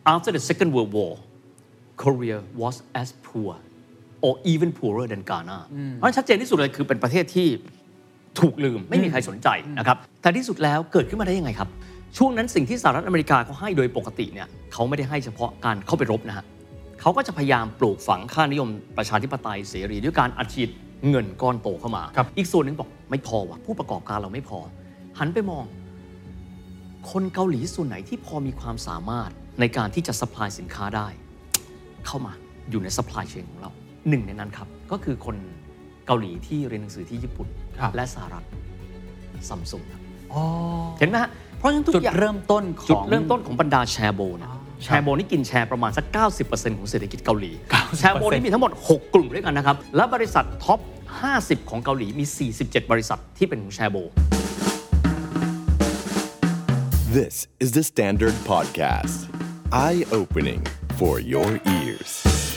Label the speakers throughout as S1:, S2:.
S1: after the Second World War Korea was as poor or even poorer than Ghana เพราะชัดเจนที่สุดเลยคือเป็นประเทศที่ถูกลืมไม่มีใครสนใจนะครับแต่ที่สุดแล้วเกิดขึ้นมาได้ยังไงครับช่วงนั้นสิ่งที่สหรัฐอเมริกาเขาให้โดยปกติเนี่ยเขาไม่ได้ให้เฉพาะการเข้าไปรบนะฮะเขาก็จะพยายามปลูกฝังค่านิยมประชาธิปไตยเสรีด้วยการอัดฉีดเงินก้อนโตเข้ามาอีกส่วนหนึ่งบอกไม่พอว่ะผู้ประกอบการเราไม่พอหันไปมองคนเกาหลีส่วนไหนที่พอมีความสามารถในการที่จะซัพพลายสินค้าได้เข้ามาอยู่ในซัพพลายเชนของเราหนึ่งในนั้นครับก็คือคนเกาหลีที่เรียนหนังสือที่ญี่ปุ่นและสหรัฐซัมซุงครับเห็นไหมฮะเพราะฉะนั้นทุกอย่างจุดเริ่มต้นของบรรดาแชร์โบนะแชร์โบนี่กินแชร์ประมาณสัก 90% ของเศรษฐกิจเกาหลีแชร์โบนี่มีทั้งหมด6กลุ่มด้วยกันนะครับและบริษัทท็อป50ของเกาหลีมี47บริษัทที่เป็นของแชร์โบ
S2: This is the Standard Podcast Eye-opening for your ears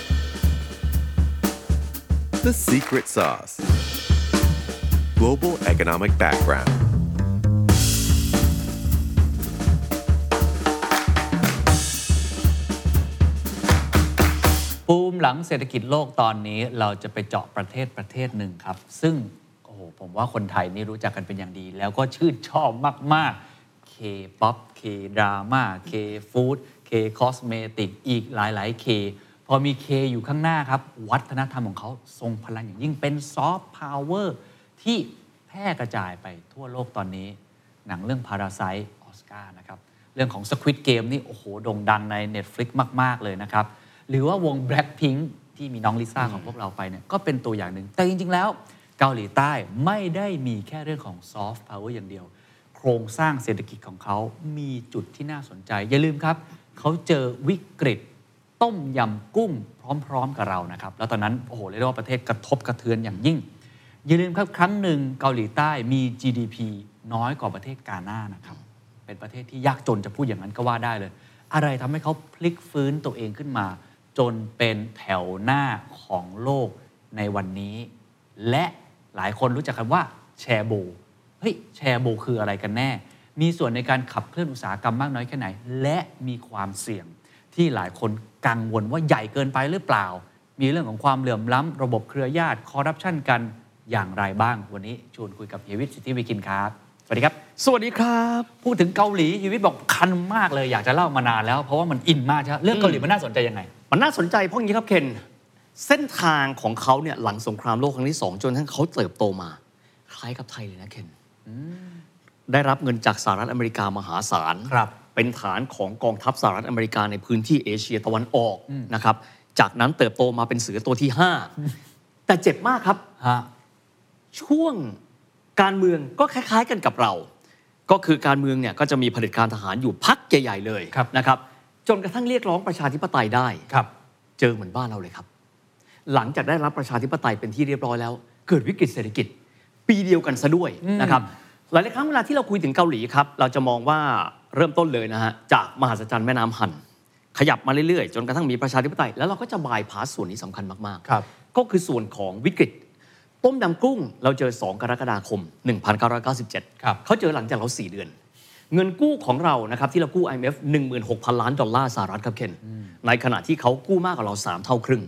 S2: The Secret Sauce Global Economic Background
S3: บูมหลังเศรษฐกิจโลกตอนนี้เราจะไปเจาะประเทศหนึ่งครับซึ่งโอ้โหผมว่าคนไทยนี่รู้จักกันเป็นอย่างดีแล้วก็ชื่นชอบมากๆ K-pop K-drama K-food K-cosmetic อีกหลายๆ K พอมี K อยู่ข้างหน้าครับวัฒนธรรมของเขาทรงพลังอย่างยิ่งเป็นซอฟต์พาวเวอร์ที่แพร่กระจายไปทั่วโลกตอนนี้หนังเรื่อง Parasite ออสการ์นะครับเรื่องของ Squid Game นี่โอ้โหโด่งดังใน Netflix มากๆเลยนะครับหรือว่าวง Blackpink ที่มีน้องลิซ่าของพวกเราไปเนี่ยก็เป็นตัวอย่างหนึ่งแต่จริงๆแล้วเกาหลีใต้ไม่ได้มีแค่เรื่องของซอฟต์พาวเวอร์อย่างเดียวโครงสร้างเศรษฐกิจของเขามีจุดที่น่าสนใจอย่าลืมครับเขาเจอวิกฤตต้มยำกุ้งพร้อมๆกับเรานะครับแล้วตอนนั้นโอ้โหเรียกว่าประเทศกระทบกระเทือนอย่างยิ่งอย่าลืมครับครั้งหนึ่งเกาหลีใต้มี GDP น้อยกว่าประเทศกาน่านะครับเป็นประเทศที่ยากจนจะพูดอย่างนั้นก็ว่าได้เลยอะไรทำให้เขาพลิกฟื้นตัวเองขึ้นมาจนเป็นแถวหน้าของโลกในวันนี้และหลายคนรู้จักกันว่าแชร์โบเฮ้ยแชร์โบคืออะไรกันแน่มีส่วนในการขับเคลื่อนอุตสาหกรรมมากน้อยแค่ไหนและมีความเสี่ยงที่หลายคนกังวลว่าใหญ่เกินไปหรือเปล่ามีเรื่องของความเหลื่อมล้ำระบบเครือญาติคอร์รัปชันกันอย่างไรบ้างวันนี้ชวนคุยกับเฮียวิทย์สิทธิวิกินครับสวัสดีครับ
S1: สวัสดีครับ
S3: พูดถึงเกาหลีเฮียวิทย์บอกคันมากเลยอยากจะเล่ามานานแล้วเพราะว่ามันอินมากใช่ไหมเรื่องเกาหลีมันน่าสนใจยังไง
S1: มันน่าสนใจเพราะอย่างนี้ครับเคนเส้นทางของเขาเนี่ยหลังสงครามโลกครั้งที่2จนทั้งเขาเติบโตมาคล้ายกับไทยเลยนะเคนได้รับเงินจากสหรัฐอเมริกามหาศาลเป็นฐานของกองทัพสหรัฐอเมริกาในพื้นที่เอเชียตะวันออกนะครับจากนั้นเติบโตมาเป็นเสือตัวที่5แต่เจ็บมากครับช่วงการเมืองก็คล้ายๆกันกับเราก็คือการเมืองเนี่ยก็จะมีเผด็จการทหารอยู่พักใหญ่ๆเลยนะครับจนกระทั่งเรียกร้องประชาธิปไตยได้เจอเหมือนบ้านเราเลยครับหลังจากได้รับประชาธิปไตยเป็นที่เรียบร้อยแล้วเกิดวิกฤตเศรษฐกิจปีเดียวกันซะด้วยนะครับหลายๆครั้งเวลาที่เราคุยถึงเกาหลีครับเราจะมองว่าเริ่มต้นเลยนะฮะจากมหัศจรรย์แม่น้ำฮั่นขยับมาเรื่อยๆจนกระทั่งมีประชาธิปไตยแล้วเราก็จะบายพาสส่วนนี้สำคัญมากๆก็คือส่วนของวิกฤตต้มยำกุ้งเราเจอ2กรกฎาคม1997เขาเจอหลังจากเรา4เดือนเงินกู้ของเรานะครับที่เรากู้ IMF 16,000 ล้านดอลลาร์สหรัฐครับเคนในขณะที่เขากู้มากกว่าเรา3เท่าครึ่ง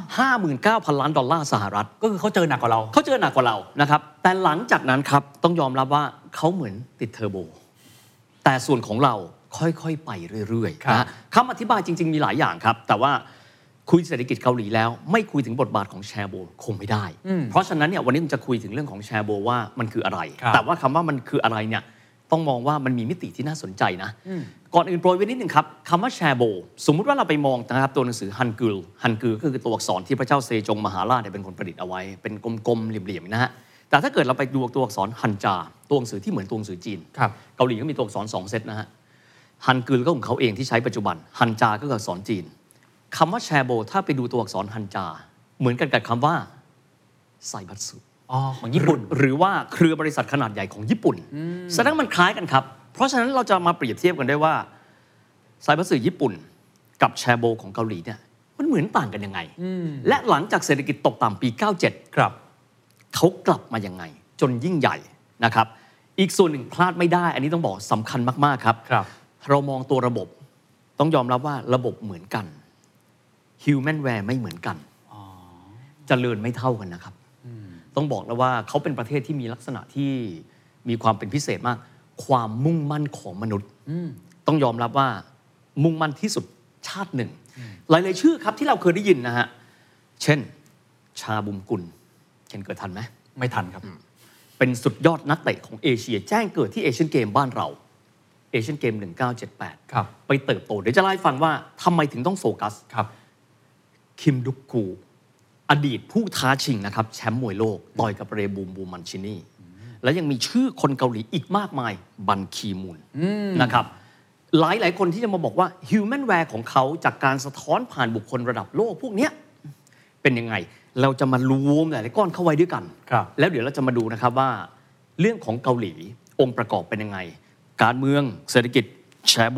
S1: 59,000 ล้านดอลลาร์สหรัฐ
S3: ก็คือเขาเจอหนักกว่าเรา
S1: นะครับแต่หลังจากนั้นครับต้องยอมรับว่าเขาเหมือนติดเทอร์โบแต่ส่วนของเราค่อยๆไปเรื่อยๆนะคำอธิบายจริงๆมีหลายอย่างครับแต่ว่าคุยเศรษฐกิจเกาหลีแล้วไม่คุยถึงบทบาทของแชร์โบคงไม่ได้เพราะฉะนั้นเนี่ยวันนี้ผมจะคุยถึงเรื่องของแชร์โบว่ามันคืออะไรแต่ว่าคำว่ามันคืออะไรเนี่ยต้องมองว่ามันมีมิติที่น่าสนใจนะก่อนอื่นโปรยไว้นิดนึงครับคำว่าแชร์โบสมมุติว่าเราไปมองนะครับตัวหนังสือฮันกึลก็คือตัวอักษรที่พระเจ้าเซจงมหาราชเป็นคนประดิษฐ์เอาไว้เป็นกลมๆเหลี่ยมๆนะฮะแต่ถ้าเกิดเราไปดูตัวอักษรฮันจาตัวหนังสือที่เหมือนตัวหนังสือจีนเกาหลีก็มีตัวอักษร2เซตนะฮะฮันกึลก็ของเขาเองที่ใช้ปัจจุบันฮันจาก็คืออักษรจีนคำว่าแชร์โบถ้าไปดูตัวอักษรฮันจาเหมือนกันกับคำว่าไซบัตสึ
S3: ของญี่ปุ่น
S1: หรือว่าเครือบริษัทขนาดใหญ่ของญี่ปุ่นแสดงมันคล้ายกันครับเพราะฉะนั้นเราจะมาเปรียบเทียบกันได้ว่าไซบัตสึญี่ปุ่นกับแชร์โบของเกาหลีเนี่ยมันเหมือนต่างกันยังไงและหลังจากเศรษฐกิจตกต่ำปี97ครับเขากลับมายังไงจนยิ่งใหญ่นะครับอีกส่วนหนึ่งพลาดไม่ได้อันนี้ต้องบอกสำคัญมากๆครับเรามองตัวระบบต้องยอมรับว่าระบบเหมือนกัน Humanware ไม่เหมือนกันเจริญไม่เท่ากันนะครับต้องบอกแล้วว่าเขาเป็นประเทศที่มีลักษณะที่มีความเป็นพิเศษมากความมุ่งมั่นของมนุษย์ต้องยอมรับว่ามุ่งมั่นที่สุดชาติหนึ่งหลายๆชื่อครับที่เราเคยได้ยินนะฮะเช่นชาบุมกุลเคนเกิดทันไหม
S3: ไม่ทันครับ
S1: เป็นสุดยอดนักเตะของเอเชียแจ้งเกิดที่เอเชียนเกมบ้านเราเอเชียนเกม1978
S3: ครับ
S1: ไปเติบโตเดี๋ยวจะเล่าให้ฟังว่าทำไมถึงต้องโฟกัส
S3: ครับ
S1: คิมดุกกูอดีตผู้ท้าชิงนะครับแชมป์มวยโลกต่อยกับเรบูมบูมันชินีและยังมีชื่อคนเกาหลีอีกมากมายบันคีมูนนะครับหลายคนที่จะมาบอกว่า Humanware ของเขาจากการสะท้อนผ่านบุคคลระดับโลกพวกนี้เป็นยังไงเราจะมารวมหลายก้อนเข้าไว้ด้วยกันแล้วเดี๋ยวเราจะมาดูนะครับว่าเรื่องของเกาหลีองค์ประกอบเป็นยังไงการเมืองเศรษฐกิจแชโบ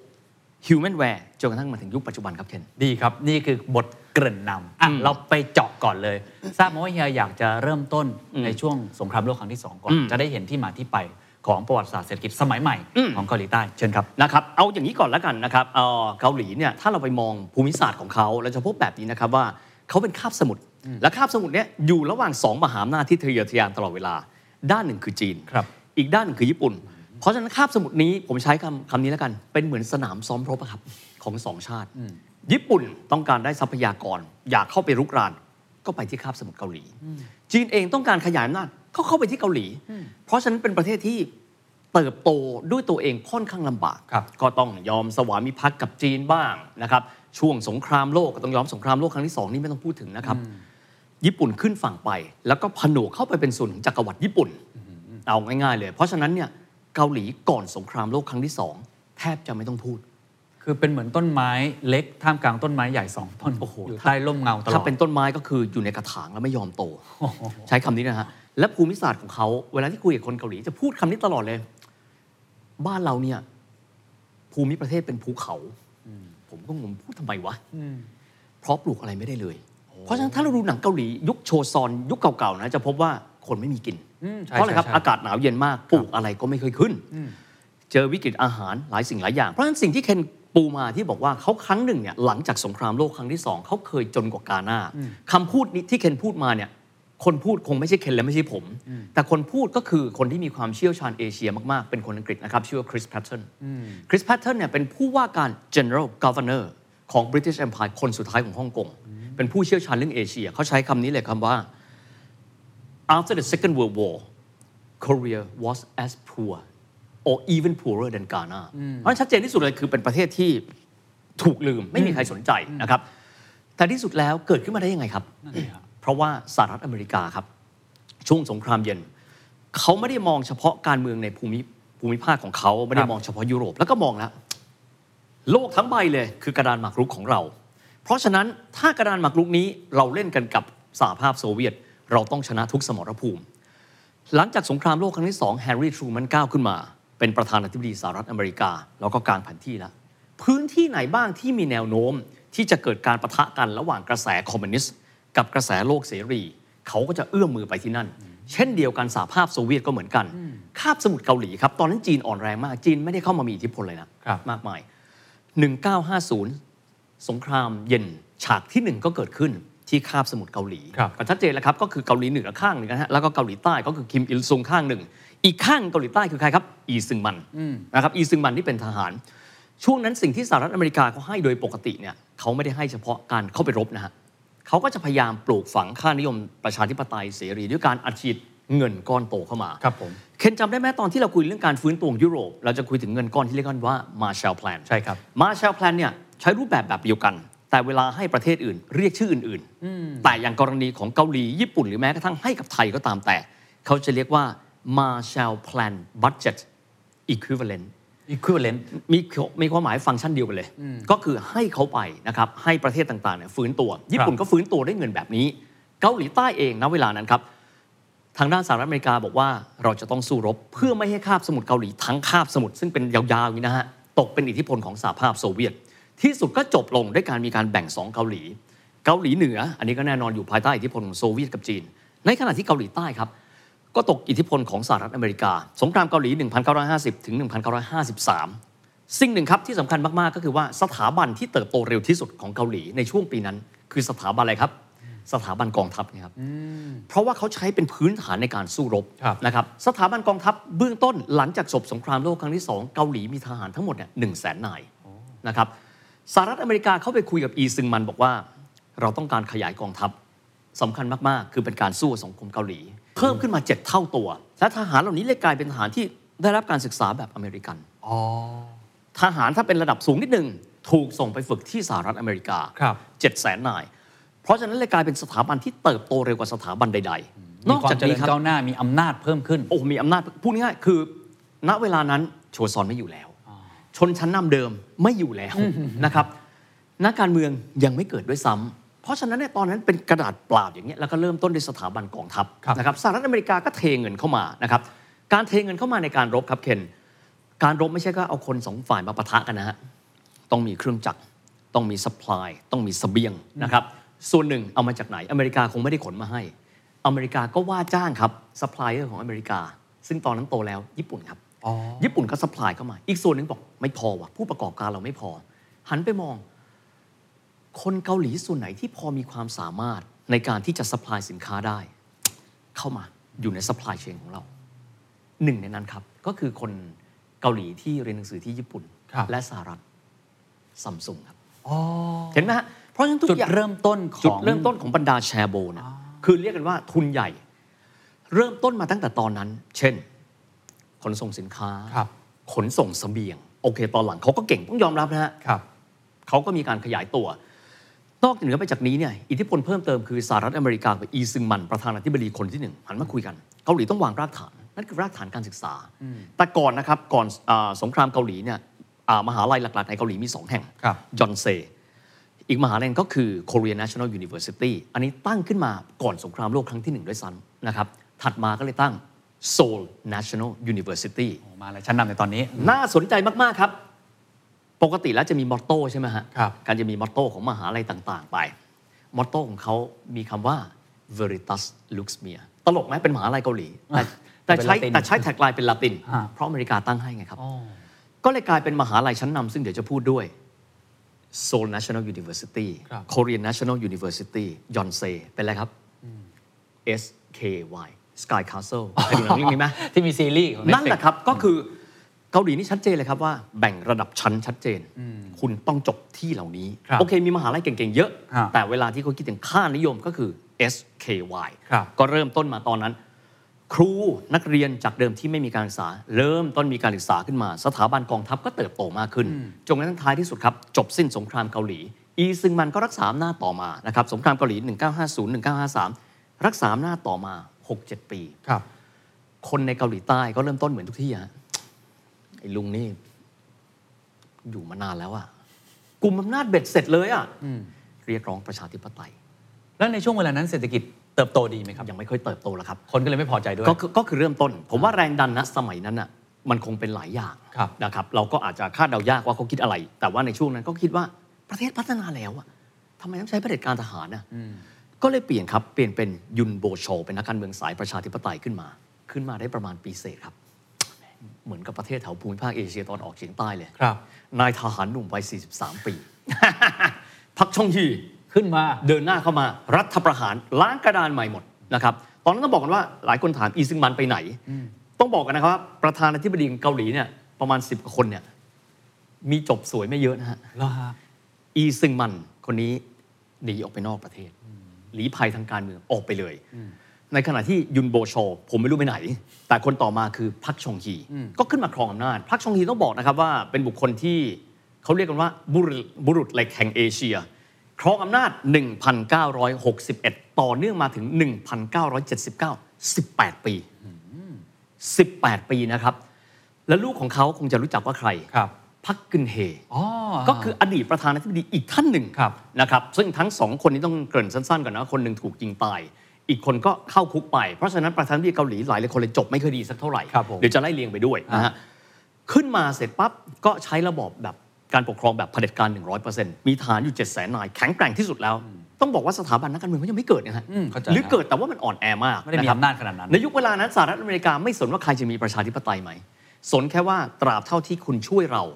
S1: Humanware จนกระทั่งมาถึงยุคปัจจุบันครับเคน
S3: ดีครับนี่คือบทเกริ่นนำเราไปเจาะก่อนเลยทราบมาว่าเฮียอยากจะเริ่มต้นในช่วงสงครามโลกครั้งที่2ก่อนจะได้เห็นที่มาที่ไปของประวัติศาสตร์เศรษฐกิจสมัยใหม่ของเกาหลีใต้เชิญครับ
S1: นะครับเอาอย่างนี้ก่อนแล้วกันนะครับเกาหลีเนี่ยถ้าเราไปมองภูมิศาสตร์ของเขาเราจะพบแบบนี้นะครับว่าเขาเป็นคาบสมุทรและคาบสมุทรเนี่ยอยู่ระหว่าง2มหาอำนาจที่ทะเยอทะยานตลอดเวลาด้านหนึ่งคือจีนอีกด้านหนึ่งคือญี่ปุ่นเพราะฉะนั้นคาบสมุทรนี้ผมใช้คำนี้แล้วกันเป็นเหมือนสนามซ้อมรบครับของ2ชาติญี่ปุ่นต้องการได้ทรัพยากรอยากเข้าไปรุกรานก็ไปที่คาบสมุทรเกาหลีจีนเองต้องการขยายอำนาจก็เข้าไปที่เกาหลีเพราะฉะนั้นเป็นประเทศที่เติบโตด้วยตัวเองค่อนข้างลำบากก็ต้องยอมสวามิภักดิ์กับจีนบ้างนะครับช่วงสงครามโลกก็ต้องยอมสงครามโลกครั้งที่2นี่ไม่ต้องพูดถึงนะครับญี่ปุ่นขึ้นฝั่งไปแล้วก็ผนวกเข้าไปเป็นส่วนของจักรวรรดิญี่ปุ่นเอาง่ายๆเลยเพราะฉะนั้นเนี่ยเกาหลีก่อนสงครามโลกครั้งที่2แทบจะไม่ต้องพูด
S3: คือเป็นเหมือนต้นไม้เล็กท่ามกลางต้นไม้ใหญ่2ต้นอยู่ใต้ร่มเงาตลอด
S1: ถ้าเป็นต้นไม้ก็คืออยู่ในกระถางแล้วไม่ยอมโตใช้คำนี้นะฮะและภูมิศาสตร์ของเขาเวลาที่คุยกับคนเกาหลีจะพูดคำนี้ตลอดเลยบ้านเราเนี่ยภูมิประเทศเป็นภูเขาผมก็งงพูดทำไมวะเพราะปลูกอะไรไม่ได้เลยเพราะฉะนั้นถ้าเราดูหนังเกาหลียุคโชซอนยุคเก่าๆนะจะพบว่าคนไม่มีกินเพราะอะไรครับอากาศหนาวเย็นมากปลูกอะไรก็ไม่เคยขึ้นเจอวิกฤตอาหารหลายสิ่งหลายอย่างเพราะฉะนั้นสิ่งที่เคนปูมาที่บอกว่าเขาครั้งหนึ่งเนี่ยหลังจากสงครามโลกครั้งที่2เขาเคยจนกว่ากาหน้าคำพูดนี้ที่เคนพูดมาเนี่ยคนพูดคงไม่ใช่เคนและไม่ใช่ผมแต่คนพูดก็คือคนที่มีความเชี่ยวชาญเอเชียมากๆเป็นคนอังกฤษนะครับชื่อว่าคริสแพตเทิร์นเนี่ยเป็นผู้ว่าการ General Governor ของ British Empire คนสุดท้ายของฮ่องกงเป็นผู้เชี่ยวชาญเรื่องเอเชียเขาใช้คำนี้เลยคำว่า after the Second World War Korea was as poor or even poorer than Ghana เพราะชัดเจนที่สุดเลยคือเป็นประเทศที่ถูกลืมไม่มีใครสนใจนะครับแต่ที่สุดแล้วเกิดขึ้นมาได้ยังไงครับเพราะว่าสหรัฐอเมริกาครับช่วงสงครามเย็นเขาไม่ได้มองเฉพาะการเมืองในภูมิภาคของเขาไม่ได้มองเฉพาะยุโรปแล้วก็มองแล้วโลกทั้งใบเลยคือกระดานหมากรุกของเราเพราะฉะนั้นถ้ากระดานหมากรุกนี้เราเล่นกันกับสหภาพโซเวียตเราต้องชนะทุกสมรภูมิหลังจากสงครามโลกครั้งที่2แฮร์รี่ ทรูแมนก้าวขึ้นมาเป็นประธานาธิบดีสหรัฐอเมริกาแล้วก็กางแผนที่แล้วพื้นที่ไหนบ้างที่มีแนวโน้มที่จะเกิดการปะทะกันระหว่างกระแสคอมมิวนิสต์กับกระแสโลกเสรีเขาก็จะเอื้อมมือไปที่นั่นเช่นเดียวกันสหภาพโซเวียตก็เหมือนกันคาบสมุทรเกาหลีครับตอนนั้นจีนอ่อนแรงมากจีนไม่ได้เข้ามามีอิทธิพลเลยนะมากมาย1950สงครามเย็นฉากที่1ก็เกิดขึ้นที่คาบสมุทรเกาหลีก็ชัดเจนแล้วครับก็คือเกาหลีเหนือข้างหนึ่งนะฮะแล้วก็เกาหลีใต้ก็คือคิมอิลซุงข้างหนึ่งอีกข้างเกาหลีใต้คือใครครับอีซึงมันนะครับอีซึงมันที่เป็นทหารช่วงนั้นสิ่งที่สหรัฐอเมริกาเขาให้โดยปกติเนี่ยเขาไม่ได้ให้เฉพาะการเข้าไปรบนะฮะเขาก็จะพยายามปลูกฝังค่านิยมประชาธิปไตยเสรีด้วยการอัดฉีดเงินก้อนโตเข้ามา
S3: ครับผม
S1: เคนจำได้ไหมตอนที่เราคุยเรื่องการฟื้นตัวของยุโรปเราจะคุยถึงเงินก้อนที่เรียกว่า Marshall Plan
S3: ใช่ครับ
S1: Marshall Plan เนี่ยใช้รูปแบบเดียวกันแต่เวลาให้ประเทศอื่นเรียกชื่ออื่นๆแต่อย่างกรณีของเกาหลีญี่ปุ่นหรือแม้กระทั่งให้กับไทยก็ตามแต่เขาจะเรียกว่า Marshall Plan Budget Equivalent มีความหมายฟังก์ชันเดียวกันเลยก็คือให้เขาไปนะครับให้ประเทศต่างๆเนี่ยฟื้นตัวญี่ปุ่นก็ฟื้นตัวได้เงินแบบนี้เกาหลีใต้เองณเวลานั้นครับทางด้านสหรัฐอเมริกาบอกว่าเราจะต้องสู้รบเพื่อไม่ให้คาบสมุทรเกาหลีทั้งคาบสมุทรซึ่งเป็นยาวๆอย่างนี้นะฮะตกเป็นอิทธิพลของสหภาพโซเวียตที่สุดก็จบลงด้วยการมีการแบ่ง2เกาหลีเหนืออันนี้ก็แน่นอนอยู่ภายใต้อิทธิพลของโซเวียตกับจีนในขณะที่เกาหลีใต้ครับก็ตกอิทธิพลของสหรัฐอเมริกาสงครามเกาหลี1950ถึง1953 สิ่งหนึ่งครับที่สำคัญมากๆก็คือว่าสถาบันที่เติบโตเร็วที่สุดของเกาหลีในช่วงปีนั้นคือสถาบันอะไรครับสถาบันกองทัพนะครับเพราะว่าเขาใช้เป็นพื้นฐานในการสู้รบนะครับสถาบันกองทัพเบื้องต้นหลังจากจบสงครามโลกครั้งที่2เกาหลีมีทหารทั้งหมดเนี่ย100,000 นายนะครับสหรัฐอเมริกาเข้าไปคุยกับอีซึงมันบอกว่าเราต้องการขยายกองทัพสำคัญมากๆคือเป็นการสู้สังคมเกาหลีเพิ่มขึ้นมา7 เท่าตัวและทหารเหล่านี้เลยกลายเป็นทหารที่ได้รับการศึกษาแบบอเมริกันทหารถ้าเป็นระดับสูงนิดนึงถูกส่งไปฝึกที่สหรัฐอเมริกา700,000 นายเพราะฉะนั้นเลยกลายเป็นสถาบันที่เติบโตเร็วกว่าสถาบันใดๆ
S3: นอกจากนี้ครับก้าวหน้ามีอำนาจเพิ่มขึ้น
S1: มีอำนาจพูดง่ายๆคือณเวลานั้นโชซอนไม่อยู่แล้วชนชั้นนำเดิมไม่อยู่แล้วนะครับนักการเมืองยังไม่เกิดด้วยซ้ำเพราะฉะนั้นในตอนนั้นเป็นกระดาษเปล่าอย่างเงี้ยแล้วก็เริ่มต้นด้วยสถาบันกองทัพนะครับสหรัฐอเมริกาก็เทเงินเข้ามานะครับการเทเงินเข้ามาในการรบครับเคนการรบไม่ใช่ก็เอาคน2 ฝ่ายมาปะทะกันนะฮะต้องมีเครื่องจักรต้องมีซัพพลายต้องมีเสบียงนะครับส่วนหนึ่งเอามาจากไหนอเมริกาคงไม่ได้ขนมาให้อเมริกาก็ว่าจ้างครับซัพพลายเออร์ของอเมริกาซึ่งตอนนั้นโตแล้วญี่ปุ่นครับญี่ปุ่นก็ซัพพลายเข้ามาอีกส่วนหนึ่งบอกไม่พอว่ะผู้ประกอบการเราไม่พอหันไปมองคนเกาหลีส่วนไหนที่พอมีความสามารถในการที่จะซัพพลายสินค้าได้เข้ามาอยู่ในซัพพลายเชนของเราหนึ่งในนั้นครับก็คือคนเกาหลีที่เรียนหนังสือที่ญี่ปุ่นและสหรัฐซัมซุงครับเห็นไหมฮะเพราะฉะนั้นทุกอย่างจุดเริ่มต้นของบรรดาแชร์โบนะคือเรียกกันว่าทุนใหญ่เริ่มต้นมาตั้งแต่ตอนนั้นเช่นขนส่งสินค้าขนส่งเสบียงโอเคตอนหลังเขาก็เก่งต้องยอมรับนะฮะเขาก็มีการขยายตัวนอกเหนือไปจากนี้เนี่ยอิทธิพลเพิ่มเติมคือสหรัฐอเมริกากับอีซึงมันประธานาธิบดีคนที่1หันมาคุยกันเกาหลีต้องวางรากฐานนั่นคือรากฐานการศึกษาแต่ก่อนนะครับก่อนสงครามเกาหลีเนี่ยมหาลัยหลักๆในเกาหลีมี2 แห่งยอนเซอีกมหาลัยก็คือ Korea National University อันนี้ตั้งขึ้นมาก่อนสงครามโลกครั้งที่1ด้วยซ้ำนะครับถัดมาก็เลยตั้ง Seoul National University
S3: มาเลยชั้นนำในตอนนี้
S1: น่าสนใจมากๆครับปกติแล้วจะมีมอตโต้ใช่ไหมฮะการจะมีมอตโต้ของมหาลัยต่างๆไปมอตโต้ของเขามีคำว่า Veritas Lux Mea ตลกไหมเป็นมหาลัยเกาหลีแต่ใช้แท็กไลน์เป็นลาตินเพราะอเมริกาตั้งให้ไงครับก็เลยกลายเป็นมหาลัยชั้นนำซึ่งเดี๋ยวจะพูดด้วย Seoul National University Korean National University Yonsei เป็นอะไรครับ SKY Sky Castle เคยดูหนังเรื่องนี้ไหม
S3: ที่มีซีรีส์ของ
S1: นั่นแหละครับก็คือเกาหลีนี่ชัดเจนเลยครับว่าแบ่งระดับชั้นชัดเจนคุณต้องจบที่เหล่านี้โอเคมีมหาลัยเก่งๆเยอะแต่เวลาที่เขาคิดถึงค่านิยมก็คือ SKY ก็เริ่มต้นมาตอนนั้นครูนักเรียนจากเดิมที่ไม่มีการศึกษาเริ่มต้นมีการศึกษาขึ้นมาสถาบันกองทัพก็เติบโตมากขึ้นจนกระทั่งท้ายที่สุดครับจบสิ้นสงครามเกาหลีอีซึงมันก็รักษาอำนาจต่อมานะครับสงครามเกาหลี1950-1953รักษาอำนาจต่อมา 6-7 ปีคนในเกาหลีใต้ก็เริ่มต้นเหมือนทุกที่ฮะไอ้ลุงนี่อยู่มานานแล้วอะกลุ่มอำนาจเบ็ดเสร็จเลยอะเรียกร้องประชาธิปไตย
S3: แล้วในช่วงเวลานั้นเศรษฐกิจเติบโตดีไหมครับ
S1: ยังไม่ค่อยเติบโตแล้วครับ
S3: คนก็เลยไม่พอใจด้วย
S1: ก็คือเริ่มต้นผมว่าแรงดันนะสมัยนั้นอะมันคงเป็นหลายอย่างนะครับเราก็อาจจะคาดเดายากว่าเขาคิดอะไรแต่ว่าในช่วงนั้นก็คิดว่าประเทศพัฒนาแล้วอะทำไมต้องใช้เผด็จการทหารนะก็เลยเปลี่ยนเป็นยุนโบโชเป็นนักการเมืองสายประชาธิปไตยขึ้นมาได้ประมาณปีเศษครับเหมือนกับประเทศแถวภูมิภาคเอเชียตะวันออกเฉียงใต้เลยนายทหารหนุ่มวัย43 ปีพักชงฮี
S3: ขึ้นมา
S1: เดินหน้าเข้ามารัฐประหารล้างกระดานใหม่หมดนะครับตอนนั้นต้องบอกกันว่าหลายคนถามอีซึงมันไปไหนต้องบอกกันนะครับว่าประธานาธิบดีเกาหลีเนี่ยประมาณ10 กว่าคนเนี่ยมีจบสวยไม่เยอะนะฮะอีซึงมันคนนี้หนีออกไปนอกประเทศหลีภัยทางการเมืองออกไปเลยในขณะที่ยุนโบโชผมไม่รู้ไปไหนแต่คนต่อมาคือพักชงฮีก็ขึ้นมาครองอำนาจพักชงฮีต้องบอกนะครับว่าเป็นบุคคลที่เขาเรียกกันว่าบุรุษเหล็กแห่งเอเชียครองอำนาจ 1,961 ต่อเนื่องมาถึง 1,979 18 ปี18 ปีนะครับและลูกของเขาคงจะรู้จักว่าใครพักกึนเฮก็คืออดีตประธานาธิบดีอีกท่านหนึ่งนะครับซึ่งทั้ง2 คนนี้ต้องเกริ่นสั้นๆก่อนนะคนหนึ่งถูกยิงตายอีกคนก็เข้าคุกไปเพราะฉะนั้นประธานาธิบดีเกาหลีหลายคนเลยจบไม่เคยดีสักเท่าไหร่เดี๋ยวจะไล่เรียงไปด้วยนะฮะขึ้นมาเสร็จปั๊บก็ใช้ระบบแบบการปกครองแบบเผด็จการ 100% มีฐานอยู่ 700,000 นายแข็งแกร่งที่สุดแล้วต้องบอกว่าสถาบันนักการเมืองเขายังไม่เกิดนะฮะหรือเกิดแต่ว่ามันอ่อนแอมาก
S3: ไม่ได้มีอำนาจขนาดนั้น
S1: ในยุคเวลานั้นสหรัฐอเมริกาไม่สนว่าใครจะมีประชาธิปไตยไหมสนแค่ว่าตราบเท่าที่คุณช่วยเรา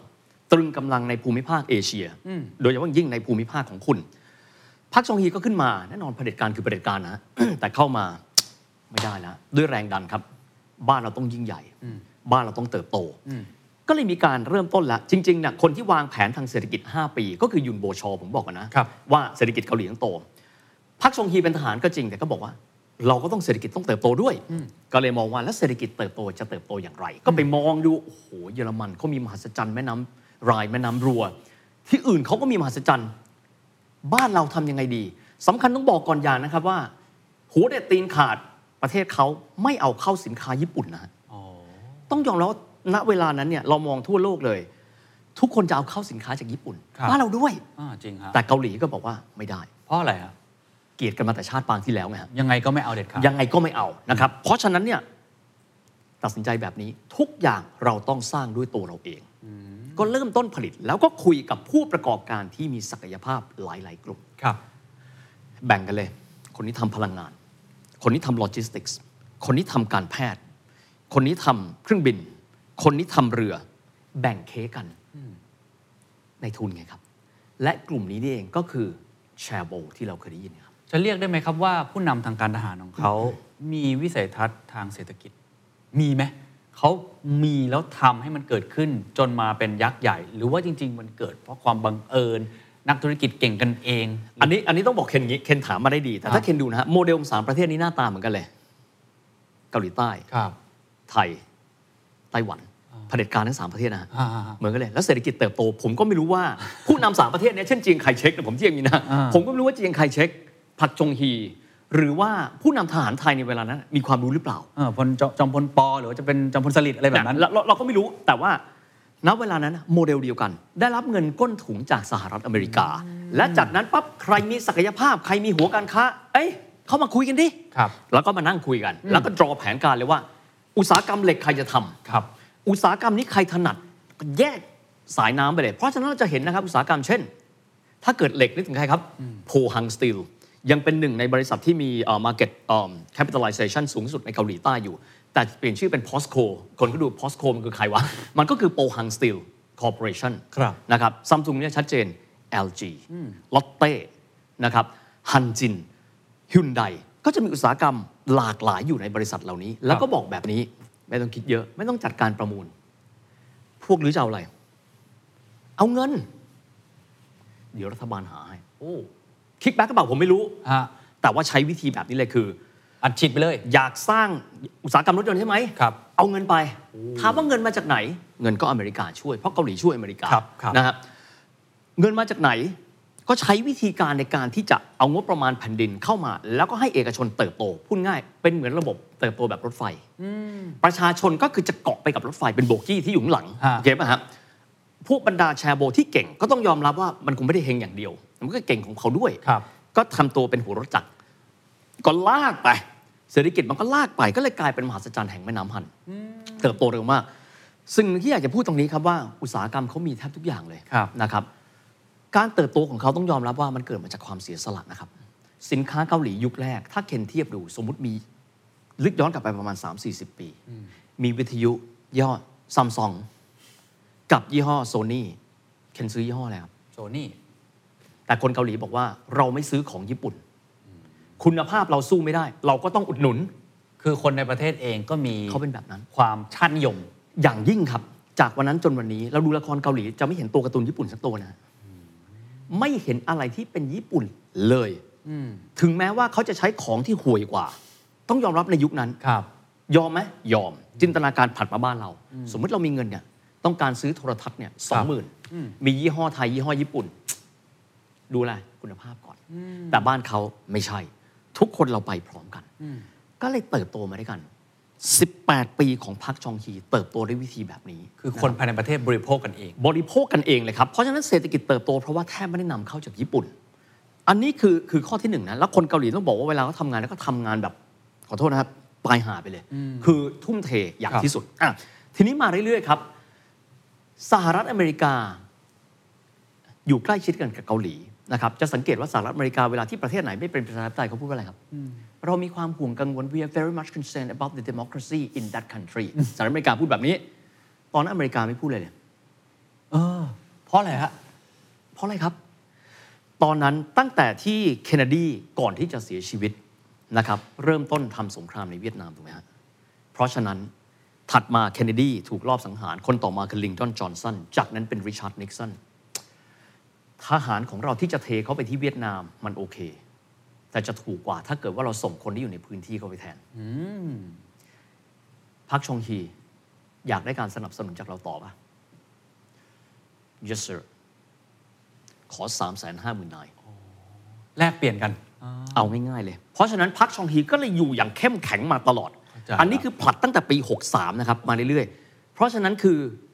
S1: ตรึงกำลังในภูมิภาคเอเชียโดยเฉพาะยิ่งในภูมิภาคของคุณพรรคชองฮีก็ขึ้นมาแน่นอนเผด็จการคือเผด็จการนะ แต่เข้ามาไม่ได้แล้วด้วยแรงดันครับบ้านเราต้องยิ่งใหญ่บ้านเราต้องเติบโตก็เลยมีการเริ่มต้นแล้วจริงๆเนี่ยคนที่วางแผนทางเศรษฐกิจ5 ปีก็คือยุนโบชอผมบอกกันนะว่าเศรษฐกิจเกาหลีต้องโตพรรคชองฮีเป็นทหารก็จริงแต่ก็บอกว่าเราก็ต้องเศรษฐกิจต้องเติบโตด้วยก็เลยมองว่าแล้วเศรษฐกิจเติบโตจะเติบโตอย่างไรก็ไปมองดูโอ้โหเยอรมันเขามีมหัศจรรย์แม่น้ำไรน์แม่น้ำรัวที่อื่นเขาก็มีมหัศจรรย์บ้านเราทำยังไงดีสำคัญต้องบอกก่อนอย่างนะครับว่าหัวเด็ดตีนขาดประเทศเขาไม่เอาเข้าสินค้าญี่ปุ่นนะต้องยอมรับว่าณเวลานั้นเนี่ยเรามองทั่วโลกเลยทุกคนจะเอาเข้าสินค้าจากญี่ปุ่นบ้านเราด้วย
S3: จริงครับ
S1: แต่เกาหลีก็บอกว่าไม่ได้
S3: เพราะอะไรครับ
S1: เกลียดกันมาแต่ชาติปางที่แล้วไงครับ
S3: ยังไงก็ไม่เอาเด็ดขาด
S1: ยังไงก็ไม่เอานะครับเพราะฉะนั้นเนี่ยตัดสินใจแบบนี้ทุกอย่างเราต้องสร้างด้วยตัวเราเองก็เริ่มต้นผลิตแล้วก็คุยกับผู้ประกอบการที่มีศักยภาพหลายๆกลุ่ม
S3: ครับ
S1: แบ่งกันเลยคนนี้ทำพลังงานคนนี้ทำโลจิสติกส์คนนี้ทำการแพทย์คนนี้ทำเครื่องบินคนนี้ทำเรือแบ่งเค้กกันในทุนไงครับและกลุ่มนี้นี่เองก็คือแชร์โบที่เราเคยได้ยินครับ
S3: จะเรียกได้ไหมครับว่าผู้นำทางการทหารของเขามีวิสัยทัศน์ทางเศรษฐกิจมีไหมเขามีแล้วทำให้มันเกิดขึ้นจนมาเป็นยักษ์ใหญ่หรือว่าจริงๆมันเกิดเพราะความบังเอิญนักธุรกิจเก่งกันเอง
S1: อันนี้ต้องบอกเคนอย่างนี้เคนถามมาได้ดีแต่ถ้าเคนดูนะฮะโมเดล3 ประเทศนี้หน้าตาเหมือนกันเลยเกาหลีใต้ไทยไต้หวันเผด็จการทั้ง3 ประเทศนะฮะเหมือนกันเลยแล้วเศรษฐกิจเติบโตผมก็ไม่รู้ว่าผู้นำ3 ประเทศนี้เช่นจีนไคเชกผมเรียกอย่างนี้นะผมก็ไม่รู้ว่าจีนไคเชกพรรคชงฮีหรือว่าผู้นำทหารไทยในเวลานั้นมีความรู้หรือเปล่า
S3: พลจอมพลป.หรือว่าจะเป็นจอมพลสฤษดิ์อะไรแบบนั้น
S1: เราก็ไม่รู้แต่ว่าณเวลานั้นโมเดลเดียวกันได้รับเงินก้นถุงจากสหรัฐอเมริกาและจากนั้นปั๊บใครมีศักยภาพใครมีหัวการค้าเข้ามาคุยกันดิแล้วก็มานั่งคุยกันแล้วก็ดรอแผนการเลยว่าอุตสาหกรรมเหล็กใครจะทำอุตสาหกรรมนี้ใครถนัดแยกสายน้ำไปเลยเพราะฉะนั้นเราจะเห็นนะครับอุตสาหกรรมเช่นถ้าเกิดเหล็กนึกถึงใครครับโพฮังสตีลยังเป็นหนึ่งในบริษัทที่มี market capitalization สูงสุดในเกาหลีใต้อยู่แต่เปลี่ยนชื่อเป็น POSCO คนก็ดู POSCO มันคือใครวะมันก็คือ Pohang Steel Corporation นะครับ Samsung เนี่ยชัดเจน LG Lotte นะครับ Hanjin Hyundai ก็จะมีอุตสาหกรรมหลากหลายอยู่ในบริษัทเหล่านี้แล้วก็บอกแบบนี้ไม่ต้องคิดเยอะไม่ต้องจัดการประมูลพวกหรือจะเอาอะไรเอาเงินเดี๋ยวรัฐบาลหาให้คิกแบ็กก็บอกผมไม่รู้แต่ว่าใช้วิธีแบบนี้เลยคือ
S3: อัดฉีดไปเลย
S1: อยากสร้างอุตสาหกรรมรถยนต์ใช่ไหม
S3: ครับ
S1: เอาเงินไปถามว่าเงินมาจากไหนเงินก็อเมริกาช่วยเพราะเกาหลีช่วยอเมริกานะครับเงินมาจากไหนก็ใช้วิธีการในการที่จะเอางบประมาณแผ่นดินเข้ามาแล้วก็ให้เอกชนเติบโตพูดง่ายเป็นเหมือนระบบเติบโตแบบรถไฟประชาชนก็คือจะเกาะไปกับรถไฟเป็นโบกี้ที่อยู่ข้างหลังโอเคป่ะครับพวกบรรดาแชร์โบที่เก่งก็ต้องยอมรับว่ามันคงไม่ได้เฮงอย่างเดียวมันก็เก่งของเขาด้วยก็ทำตัวเป็นหัวรถจักรก็ลากไปเศรษฐกิจมันก็ลากไปก็เลยกลายเป็นมหัศจรรย์แห่งแม่น้ำฮันเติบโตเร็วมากซึ่งที่อยากจะพูดตรงนี้ครับว่าอุตสาหกรรมเขามีแทบทุกอย่างเลยนะครับการเติบโตของเขาต้องยอมรับว่ามันเกิดมาจากความเสียสละนะครับสินค้าเกาหลียุคแรกถ้าเคนเทียบดูสมมุติมีลึกย้อนกลับไปประมาณ 3-40 ปีมีวิทยุยี่ห้อซัมซุงกับยี่ห้อโซนี่เคนซื้อยี่ห้ออะไรครับ
S3: โซนี่
S1: แต่คนเกาหลีบอกว่าเราไม่ซื้อของญี่ปุ่นคุณภาพเราสู้ไม่ได้เราก็ต้องอุดหนุน
S3: คือคนในประเทศเองก็มี
S1: เขาเป็นแบบนั้น
S3: ความชาตินิยม
S1: อย่างยิ่งครับจากวันนั้นจนวันนี้เราดูละครเกาหลีจะไม่เห็นตัวการ์ตูนญี่ปุ่นสักตัวนะไม่เห็นอะไรที่เป็นญี่ปุ่นเลยถึงแม้ว่าเขาจะใช้ของที่ห่วยกว่าต้องยอมรับในยุคนั้นยอมไหมยอมจินตนาการผัดมาบ้านเราสมมติเรามีเงินเนี่ยต้องการซื้อโทรทัศน์เนี่ย 20,000 มียี่ห้อไทยยี่ห้อญี่ปุ่นดูแลคุณภาพก่อนแต่บ้านเขาไม่ใช่ทุกคนเราไปพร้อมกันก็เลยเติบโตมาด้วยกัน18 ปีของพรรคชองฮีเติบโตด้วยวิธีแบบนี้
S3: คือคนภายในประเทศบริโภคกันเอง
S1: เลยครับเพราะฉะนั้นเศรษฐกิจเติบโตเพราะว่าแทบไม่ได้นำเข้าจากญี่ปุ่นอันนี้คือข้อที่1นะแล้วคนเกาหลีต้องบอกว่าเวลาเขาทำงานแล้วก็ทำงานแบบขอโทษนะครับตายห่าไปเลยคือทุ่มเทอย่างที่สุดทีนี้มาเรื่อยๆครับสหรัฐอเมริกาอยู่ใกล้ชิดกันกับเกาหลีนะครับจะสังเกตว่าสหรัฐอเมริกาเวลาที่ประเทศไหนไม่เป็นประชาธิปไตยเขาพูดว่าอะไรครับเรามีความห่วงกังวล we are very much concerned about the democracy in that country สหรัฐอเมริกาพูดแบบนี้ตอนนั้นอเมริกาไม่พูดเลย
S3: เพราะอะไรฮะ
S1: เพราะอะไรครับตอนนั้นตั้งแต่ที่เคนเนดีก่อนที่จะเสียชีวิตนะครับเริ่มต้นทำสงครามในเวียดนามถูกไหมฮะเพราะฉะนั้นถัดมาเคนเนดีถูกลอบสังหารคนต่อมาคือลิงดอนจอห์นสันจากนั้นเป็นริชาร์ดนิกสันทหารของเราที่จะเทเขาไปที่เวียดนามมันโอเคแต่จะถูกกว่าถ้าเกิดว่าเราส่งคนที่อยู่ในพื้นที่เข้าไปแทนพรรคชงฮีอยากได้การสนับสนุนจากเราต่อป่ะ yes sir ขอ 350,000 นาย
S3: แลกเปลี่ยนกัน
S1: เอาง่ายๆเลยเพราะฉะนั้นพรรคชองฮีก็เลยอยู่อย่างเข้มแข็งมาตลอดอันนี้คือผลัดตั้งแต่ปี63นะครับมาเรื่อยๆเพราะฉะนั้นคือ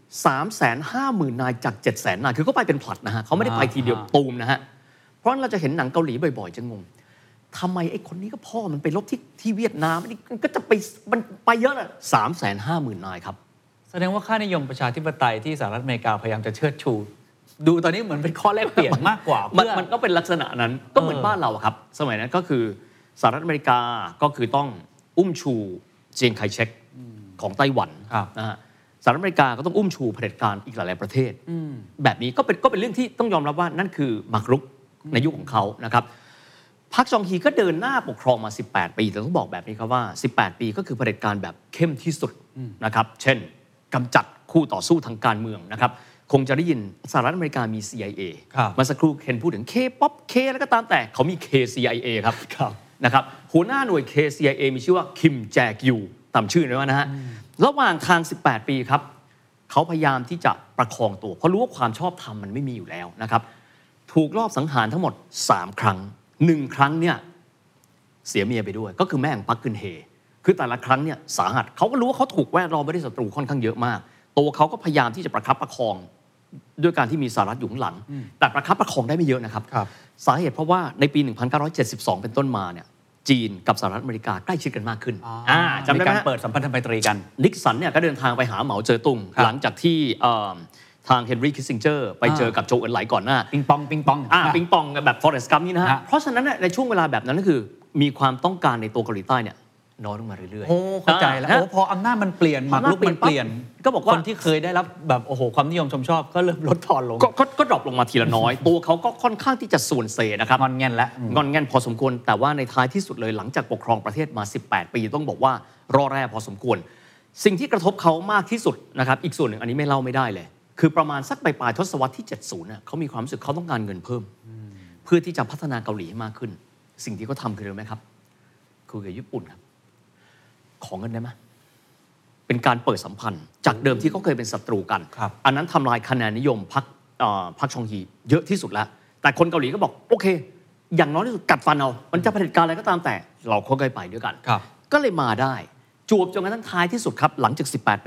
S1: 350,000 นายจาก 700,000 นายคือเขาไปเป็นผลัดนะฮะเขาไม่ได้ไปทีเดียวตูมนะฮะเพราะเราจะเห็นหนังเกาหลีบ่อยๆจะงงทำไมไอ้คนนี้ก็พ่อมันไปรบที่เวียดนามมันก็จะไปมันไปเยอะเลย 350,000 นายครับ
S3: แสดงว่าค่านิยมประชาธิปไตยที่สหรัฐอเมริกาพยายามจะเชิดชูดูตอนนี้เหมือนเป็นข้อแลกเปลี่ยนมากกว่า
S1: มันก็เป็นลักษณะนั้นก็เหมือนบ้านเราครับสมัยนั้นก็คือสหรัฐอเมริกาก็คือต้องอุ้มชูเจียงไคเชกของไต้หวันนะฮะสหรัฐอเมริกาก็ต้องอุ้มชูเผด็จการอีกหลายๆประเทศแบบนี้ก็เป็นเรื่องที่ต้องยอมรับว่านั่นคือหมากรุกในยุคของเขานะครับพรรคจองฮีก็เดินหน้าปกครองมา18ปีแต่ต้องบอกแบบนี้ครับว่า18ปีก็คือเผด็จการแบบเข้มที่สุดนะครับเช่นกำจัดคู่ต่อสู้ทางการเมืองนะครับคงจะได้ยินสหรัฐอเมริกามี CIA เมื่อสักครู่เคนพูดถึง K-POP K แล้วก็ตามแต่เขามี KCIA ครับนะครับหัวหน้าหน่วย KCIA มีชื่อว่าคิมแจกยูตามชื่อเลยว่านะฮะระหว่างทาง18ปีครับเขาพยายามที่จะประคองตัวเพราะรู้ว่าความชอบธรรมมันไม่มีอยู่แล้วนะครับถูกลอบสังหารทั้งหมด3ครั้ง1ครั้งเนี่ยเสียเมียไปด้วยก็คือแม่ของปักกึนเฮคือแต่ละครั้งเนี่ยสาหัสเขาก็รู้ว่าเขาถูกแวดล้อมไปด้วยศัตรูค่อนข้างเยอะมากตัวเขาก็พยายามที่จะประคับประคองด้วยการที่มีสหรัฐอยู่ข้างหลังแต่ประคับประคองได้ไม่เยอะนะครับสาเหตุเพราะว่าในปี 1972 เป็นต้นมาเนี่ยจีนกับสหรัฐอเมริกาใกล้ชิดกันมากขึ้น
S3: จำได้ไหมการเปิดสัมพันธไมตรีกัน
S1: นิกสันเนี่ยก็เดินทางไปหาเหมาเจ๋อตุงหลังจากที่ทางเฮนรี่คิสซิงเจอร์ไปเจอกับโจเอินไหลก่อนหน้า
S3: ปิงปอง
S1: ปิงปองแบบฟอเรสต์กัมป์นี่นะฮะเพราะฉะนั้นในช่วงเวลาแบบนั้นก็คือมีความต้องการในตัวเกาหลีใต้เนี่ยน้อยลงมาเรื่อย
S3: ๆโอ้เข้าใจแล้วพออำนาจมันเปลี่ยนหมากรุกมันเปลี่ยนก็บอกว่าคนที่เคยได้รับแบบโอ้โหความนิยมชมชอบก็เริ่มลดทอนลง
S1: ก็ดรอปลงมาทีละน้อยตัวเขาก็ค่อนข้างที่จะส่วนเซนะครับ
S3: งอนแงนแล้ว
S1: งอนแงนพอสมควรแต่ว่าในท้ายที่สุดเลยหลังจากปกครองประเทศมา18ปีต้องบอกว่ารอแร่พอสมควรสิ่งที่กระทบเขามากที่สุดนะครับอีกส่วนหนึ่งอันนี้ไม่เล่าไม่ได้เลยคือประมาณสักปลายทศวรรษที่70เนี่ยเขามีความรู้สึกเขาต้องการเงินเพิ่มเพื่อที่จะพัฒนาเกาหลีให้มากขึ้นสิ่งที่เขาทำคืออะไรไหมครับคุยกับญี่ปุ่นครับขอเงินได้ไหมเป็นการเปิดสัมพันธ์จากเดิมที่เขาเคยเป็นศัตรูกันอันนั้นทำลายคะแนนนิยมพรรคชองฮีเยอะที่สุดแล้วแต่คนเกาหลีก็บอกโอเคอย่างน้อยที่สุดกัดฟันเอามันจะเผด็จการอะไรก็ตามแต่เราค่อยๆไปด้วยกันก็เลยมาได้จวบจนกระทั่งท้ายที่สุดครับหลังจาก18ปี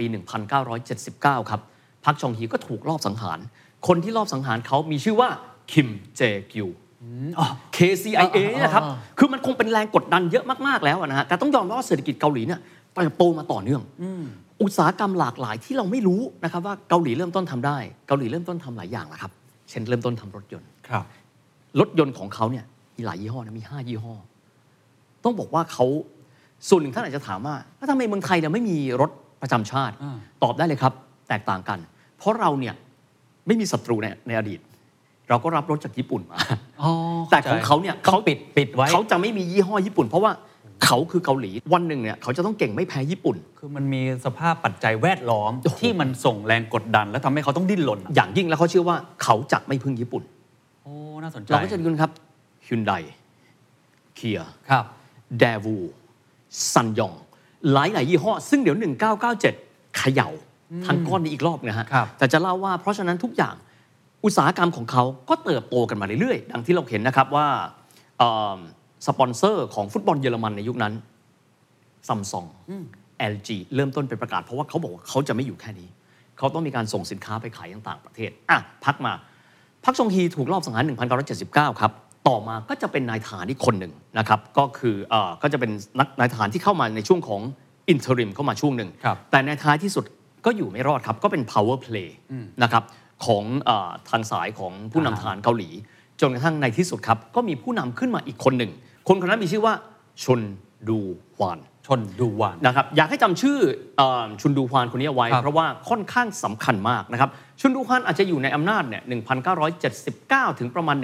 S1: 1979ครับพรรคชองฮีก็ถูกลอบสังหารคนที่ลอบสังหารเขามีชื่อว่าคิมเจกิวKCIA นะครับคือมันคงเป็นแรงกดดันเยอะมากๆแล้วนะฮะแต่ต้องยอมรับว่าเศรษฐกิจเกาหลีเนี่ยเติบโตมาต่อเนื่องอุตสาหกรรมหลากหลายที่เราไม่รู้นะครับว่าเกาหลีเริ่มต้นทำได้เกาหลีเริ่มต้นทำหลายอย่างแล้วครับเช่นเริ่มต้นทำรถยนต์รถยนต์ของเขาเนี่ยมีหลายยี่ห้อนะมี5ยี่ห้อต้องบอกว่าเขาส่วนหนึ่งท่านอาจจะถามว่าแล้วทำไมเมืองไทยเนี่ยไม่มีรถประจำชาติตอบได้เลยครับแตกต่างกันเพราะเราเนี่ยไม่มีศัตรูในอดีตเราก็รับรถจากญี่ปุ่นมาแต่ของเขาเนี่ยเขา
S3: ปิดไว้
S1: เขาจะไม่มียี่ห้อญี่ปุ่นเพราะว่าเขาคือเกาหลีวันหนึ่งเนี่ยเขาจะต้องเก่งไม่แพ้ญี่ปุ่น
S3: คือมันมีสภาพปัจจัยแวดล้อมที่มันส่งแรงกดดันและทำให้เขาต้องดิ้นรน
S1: อย่างยิ่งแล้วเขาเชื่อว่าเขาจะไม่พึ่งญี่ปุ่น
S3: โอ้น่าสนใจ
S1: เราก็จะดูครับฮุนไดเคีย
S3: ครับ
S1: เดวูซันยองหลายยี่ห้อซึ่งเดี๋ยว1997เขย่าทั้งก้อนนี้อีกรอบนะฮะแต่จะเล่าว่าเพราะฉะนั้นทุกอย่างอุตสาหกรรมของเขาก็เติบโตกันมาเรื่อยๆดังที่เราเห็นนะครับว่าสปอนเซอร์ของฟุตบอลเยอรมันในยุคนั้นซัมซุง LG เริ่มต้นเป็นประกาศเพราะว่าเขาบอกว่าเขาจะไม่อยู่แค่นี้เขาต้องมีการส่งสินค้าไปขายต่างประเทศพักมาพรรคชงฮีถูกลอบสังหาร 1979 ครับต่อมาก็จะเป็นนายทหารอีกคนหนึ่งนะครับก็คือก็จะเป็นนายทหารที่เข้ามาในช่วงของอินเทอริมเข้ามาช่วงหนึ่งแต่ในท้ายที่สุดก็อยู่ไม่รอดครับก็เป็น power play นะครับของทางสายของผู้นำทหารเกาหลีจนกระทั่งในที่สุดครับก็มีผู้นำขึ้นมาอีกคนหนึ่งคนคนนั้นมีชื่อว่าชุนดูฮวาน
S3: ชนดูหวาน
S1: นะครับอยากให้จำชื่อชุนดูฮวานคนนี้เอาไว้
S3: ครับ
S1: เพราะว่าค่อนข้างสำคัญมากนะครับชุนดูฮวานอาจจะอยู่ในอำนาจเนี่ย1979 ถึงประมาณ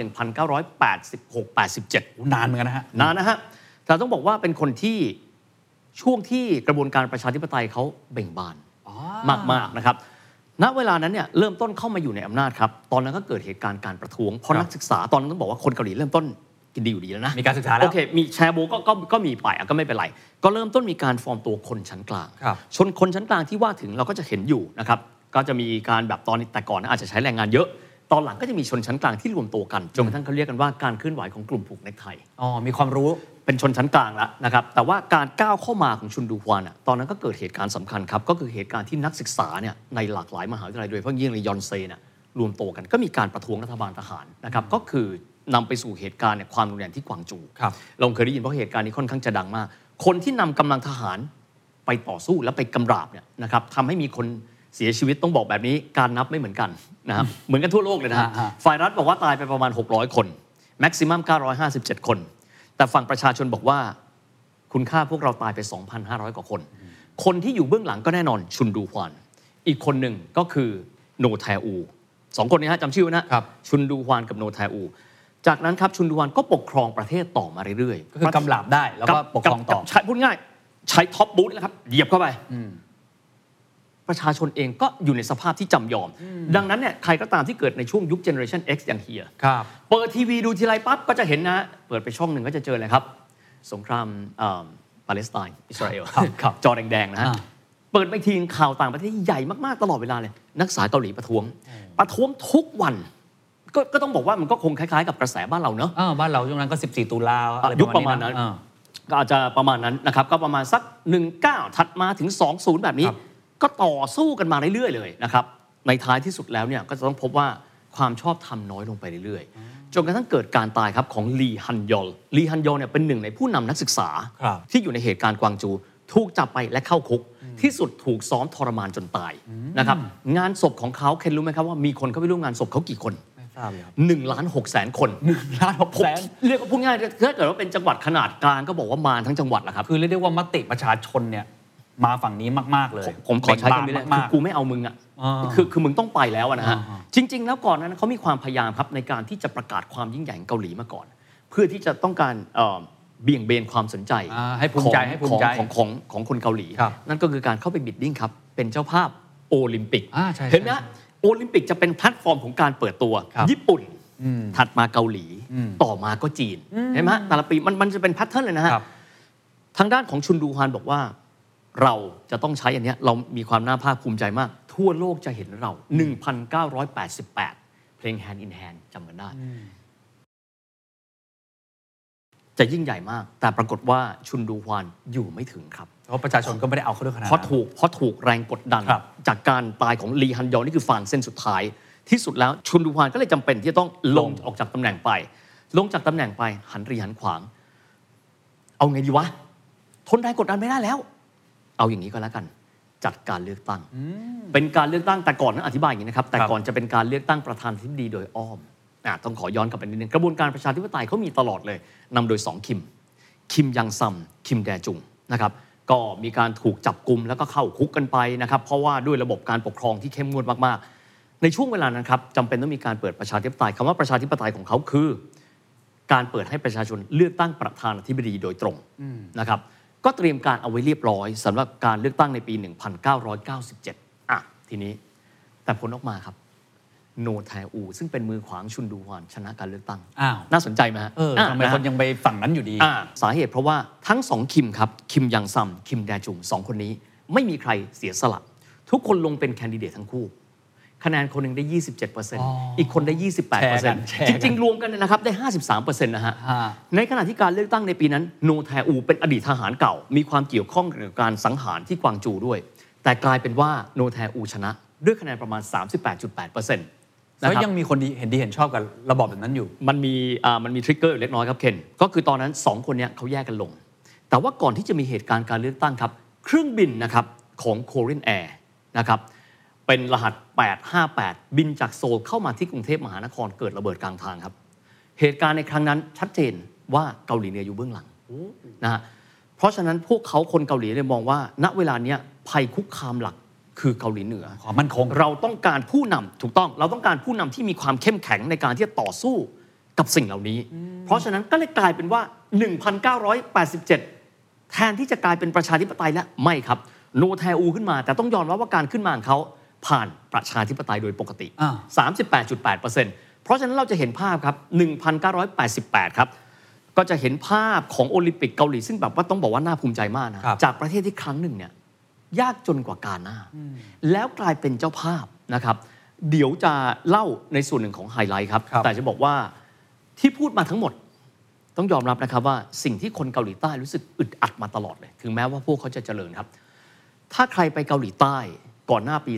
S1: 1986-87
S3: นานเหมือนกันนะฮะ
S1: นานนะฮะแต่ต้องบอกว่าเป็นคนที่ช่วงที่กระบวนการประชาธิปไตยเขาเบ่งบานมากๆนะครับณเวลานั้นเนี่ยเริ่มต้นเข้ามาอยู่ในอำนาจครับตอนนั้นก็เกิดเหตุการณ์การประท้วงเพราะนักศึกษาตอนนั้นต้องบอกว่าคนเกาหลีเริ่มต้นกินดีอยู่ดีแล้วนะ
S3: มีการศึกษาแล้ว
S1: โอเคมีแชร์โบก็มีไปก็ไม่เป็นไรก็เริ่มต้นมีการฟอร์มตัวคนชั้นกลาง
S3: ครับ
S1: คนชั้นกลางที่ว่าถึงเราก็จะเห็นอยู่นะครับก็จะมีการแบบตอนนี้แต่ก่อนนะอาจจะใช้แรงงานเยอะตอนหลังก็จะมีชนชั้นกลางที่รวมตัวกันจนกระทั่งเขาเรียกกันว่าการเคลื่อนไหวของกลุ่มผูกเนคไท
S3: อ๋อมีความรู้
S1: เป็นชนชั้นกลางแล้วนะครับแต่ว่าการก้าวเข้ามาของชุนดูฮวานตอนนั้นก็เกิดเหตุการณ์สำคัญครับก็คือเหตุการณ์ที่นักศึกษาเนี่ยในหลากหลายมหาวิทยาลัยโดยเฉพาะยิ่งในยอนเซเนี่ยรวมตัวกันก็มีการประท้วงรัฐบาลทหารนะครับก็คือนำไปสู่เหตุการณ์เนี่ยความรุนแรงที่กวางโจว
S3: ครับ
S1: เราเคยได้ยินเพราะเหตุการณ์นี้ค่อนข้างจะดังมากคนที่นำกำลังทหารไปต่อสู้และไปกำราบเนี่ยนะครับทำให้มีคนเสียชีวิตต้องบอกแบบนี้การนับไม่เหมือนกันนะครับ เหมือนกันทั่วโลกเลยนะฮะ
S3: ฮะ
S1: ฝ่ายรัฐบอกว่าตายไปประมาณ600คนแม็กซิมัม957คนแต่ฝั่งประชาชนบอกว่าคุณค่าพวกเราตายไป 2,500 กว่าคนคนที่อยู่เบื้องหลังก็แน่นอนชุนดูฮวานอีกคนหนึ่งก็คือโนแทอูสองคนนี้ฮะจำชื่อไว้นะครับชุนดูฮวานกับโนแทอูจากนั้นครับชุนดูฮวานก็ปกครองประเทศต่อมาเรื่อยๆ
S3: ก็คือกำราบได้แล้วก็ปกครองต่อ
S1: ใช้พูดง่ายใช้ท็อปบูทนะครับเหยียบเข้าไปประชาชนเองก็อยู่ในสภาพที่จำยอม ดังนั้นเนี่ยใครก็ตามที่เกิดในช่วงยุค Generation X อย่างเฮีย
S3: ครับ
S1: เปิดทีวีดูทีไรปั๊บก็จะเห็นนะเปิดไปช่องหนึ่งก็จะเจอเลยครับสงครามปาเลสไตน์อิสราเอล
S3: ครับ
S1: จอแดงๆนะฮะเปิดไปทีข่าวต่างประเทศใหญ่มากๆตลอดเวลาเลยนักศึกษาเกาหลีประท้วงทุกวันก็ต้องบอกว่ามันก็คงคล้ายๆกับกระแสบ้านเราเนอะ
S3: บ้านเราช่วงนั้นก็14ตุลาอะไร
S1: ยุคประมาณนั้น ก็อาจจะประมาณนั้นนะครับก็ประมาณสัก 19 ถัดมาถึง 20 แบบนี้
S3: ครับ
S1: ก็ต่อสู้กันมาเรื่อยๆเลยนะครับในท้ายที่สุดแล้วเนี่ยก็จะต้องพบว่าความชอบธรรมน้อยลงไปเรื่อยๆจนกระทั่งเกิดการตายครับของลีฮันยอลเนี่ยเป็นหนึ่งในผู้นำนักศึกษา
S3: ครับ
S1: ที่อยู่ในเหตุการณ์กวางจูถูกจับไปและเข้าคุกที่สุดถูกซ้อมทรมานจนตายนะครับงานศพของเขาเคนรู้ไหมครับว่ามีคนเข้าไปร่วมงานศพเขากี่คน
S3: ไม่ทราบเลยครับ
S1: 1,600,000 คน
S3: 1,600,000
S1: เรียกว่าพูดง่ายถ้าเกิดว่าเป็นจังหวัดขนาดกลางก็บอกว่ามาทั้งจังหวัดแหละครับ
S3: คือเรียกได้ว่ามติประชาชนเนี่ยมาฝั่งนี้มากๆเลย
S1: ผมขอใช้คำนี้เลย
S3: มา
S1: คือก กูไม่เอามึงอ่ะ
S3: อ่า
S1: คือมึงต้องไปแล้วอะนะฮะ
S3: อ่า
S1: จริง ๆ แล้วก่อนนั้นเขามีความพยายามครับในการที่จะประกาศความยิ่งใหญ่ของเกาหลีมาก่อน เพื่อที่จะต้องการเบี่ยงเบนความสนใจ
S3: ให้ภูมิใจ
S1: ของ
S3: ให้ภูมิใจ
S1: ของคนเกาหลี
S3: ครับ
S1: นั่นก็คือการเข้าไปบิดดิ้งครับเป็นเจ้าภาพโอลิมปิก
S3: ใช่
S1: เห็นไหมฮะโอลิมปิกจะเป็นแพลตฟอร์มของการเปิดตัว
S3: ครับ
S1: ญี่ปุ่นถัดมาเกาหลีต่อมาก็จีนเห็นไหมฮะแต่ละปีมันจะเป็นแพทเทิร์นเลยนะฮะ
S3: ครับ
S1: ทางด้านของชุนดูฮานบอกว่าเราจะต้องใช้อันเนี้ยเรามีความน่าภาคภูมิใจมาก ทั่วโลกจะเห็นเรา 1,988 เพลง Hand in Hand จำกันได้ จะยิ่งใหญ่มาก แต่ปรากฏว่าชุนดูฮวานอยู่ไม่ถึงครับ
S3: เพราะประชาชนก็ไม่ได้เอาเขาด้วยขนาด
S1: เพ
S3: นั้
S1: ราะ
S3: น
S1: ถูกแรงกดดัน
S3: ครับ
S1: จากการตายของลีฮันยอนี่คือฟางเส้นสุดท้าย ที่สุดแล้วชุนดูฮวานก็เลยจำเป็นที่จะต้องลงออกจากตำแหน่งไป ลงจากตำแหน่งไปหันรีหันขวาง เอาไงดีวะ ทนแรงกดดันไม่ได้แล้ว เอาอย่างนี้ก็แล้วกัน จัดการเลือกตั้ง เป็นการเลือกตั้งแต่ก่อนนั้นอธิบายอย่างนี้นะครับ แต่ก่อนจะเป็นการเลือกตั้งประธานาธิบดีโดยอ้อมต้องขอย้อนกลับไปนิดนึงกระบวนการประชาธิปไตยเขามีตลอดเลยนำโดย2คิมยังซัมคิมแดจุงนะครับก็มีการถูกจับกุมแล้วก็เข้าคุกกันไปนะครับเพราะว่าด้วยระบบการปกครองที่เข้มงวดมากๆในช่วงเวลานั้นครับจำเป็นต้องมีการเปิดประชาธิปไตยคำว่าประชาธิปไตยของเขาคือ การเปิดให้ประชาชนเลือกตั้งประธานาธิบดีโดยตรงนะครับก็เตรียมการเอาไว้เรียบร้อยสำหรับการเลือกตั้งในปี 1997ทีนี้แต่ผลออกมาครับโนแทอูซึ่งเป็นมือขวางชุนดูฮวานชนะการเลือกตั้ง
S3: อ้าว
S1: น่าสนใจไหมฮะ
S3: ทำไมคนยังไปฝั่งนั้นอยู่ดี
S1: สาเหตุเพราะว่าทั้งสองคิมครับคิมยังซัมคิมแดจุงสองคนนี้ไม่มีใครเสียสละ ทุกคนลงเป็นแคนดิเดตทั้งคู่ คะแนนคนหนึ่งได้ 27%อีกคนได้ 28% จริงๆ รวมกันนะครับได้ 53%นะฮะในขณะที่การเลือกตั้งในปีนั้นโนแทอูเป็นอดีตทหารเก่า มีความเกี่ยวข้องกับการสังหารที่กวางจูด้วย แต่กลายเป็นว่าโนแทอูชนะด้วยคะแนนประมาณ 38.8%
S3: แล้วยังมีคนเห็นชอบกับระบอบแบบนั้นอยู่
S1: มันมีทริกเกอร์อยู่เล็กน้อยครับเคนก็คือตอนนั้น2คนเนี้ยเขาแยกกันลง แต่ว่าก่อนที่จะมีเหตุการณ์การเลือกตั้งครับเครื่องบินนะครับของ Korean Air นะครับเป็นรหัส 858 บินจากโซลเข้ามาที่กรุงเทพมหานครเกิดระเบิดกลางทางครับเหตุการณ์ในครั้งนั้นชัดเจนว่าเกาหลีเหนืออยู่เบื้องหลังนะฮะพราะฉะนั้นพวกเขาคนเกาหลีเลยมองว่าณเวลานี้ภัยคุกคามหลักคือเกาหลีเหนือ
S3: ความมั่นคง
S1: เราต้องการผู้นำถูกต้องเราต้องการผู้นำที่มีความเข้มแข็งในการที่จะต่อสู้กับสิ่งเหล่านี้เพราะฉะนั้นก็เลยกลายเป็นว่า 1987 แทนที่จะกลายเป็นประชาธิปไตยแล้วไม่ครับโนแทอูขึ้นมาแต่ต้องยอมรับว่าการขึ้นมาของเขาผ่านประชาธิปไตยโดยปกติ 38.8%เพราะฉะนั้นเราจะเห็นภาพครับ 1988 ครับก็จะเห็นภาพของโอลิมปิกเกาหลีซึ่งแบบว่าต้องบอกว่าน่าภูมิใจมากนะจากประเทศที่ครั้งหนึ่งเนี่ยยากจนกว่ากาหน้าแล้วกลายเป็นเจ้าภาพนะครับเดี๋ยวจะเล่าในส่วนหนึ่งของไฮไลท์ครับแต่จะบอกว่าที่พูดมาทั้งหมดต้องยอมรับนะครับว่าสิ่งที่คนเกาหลีใต้รู้สึกอึดอัดมาตลอดเลยถึงแม้ว่าพวกเขาจะเจริญครับถ้าใครไปเกาหลีใต้ก่อนหน้าปี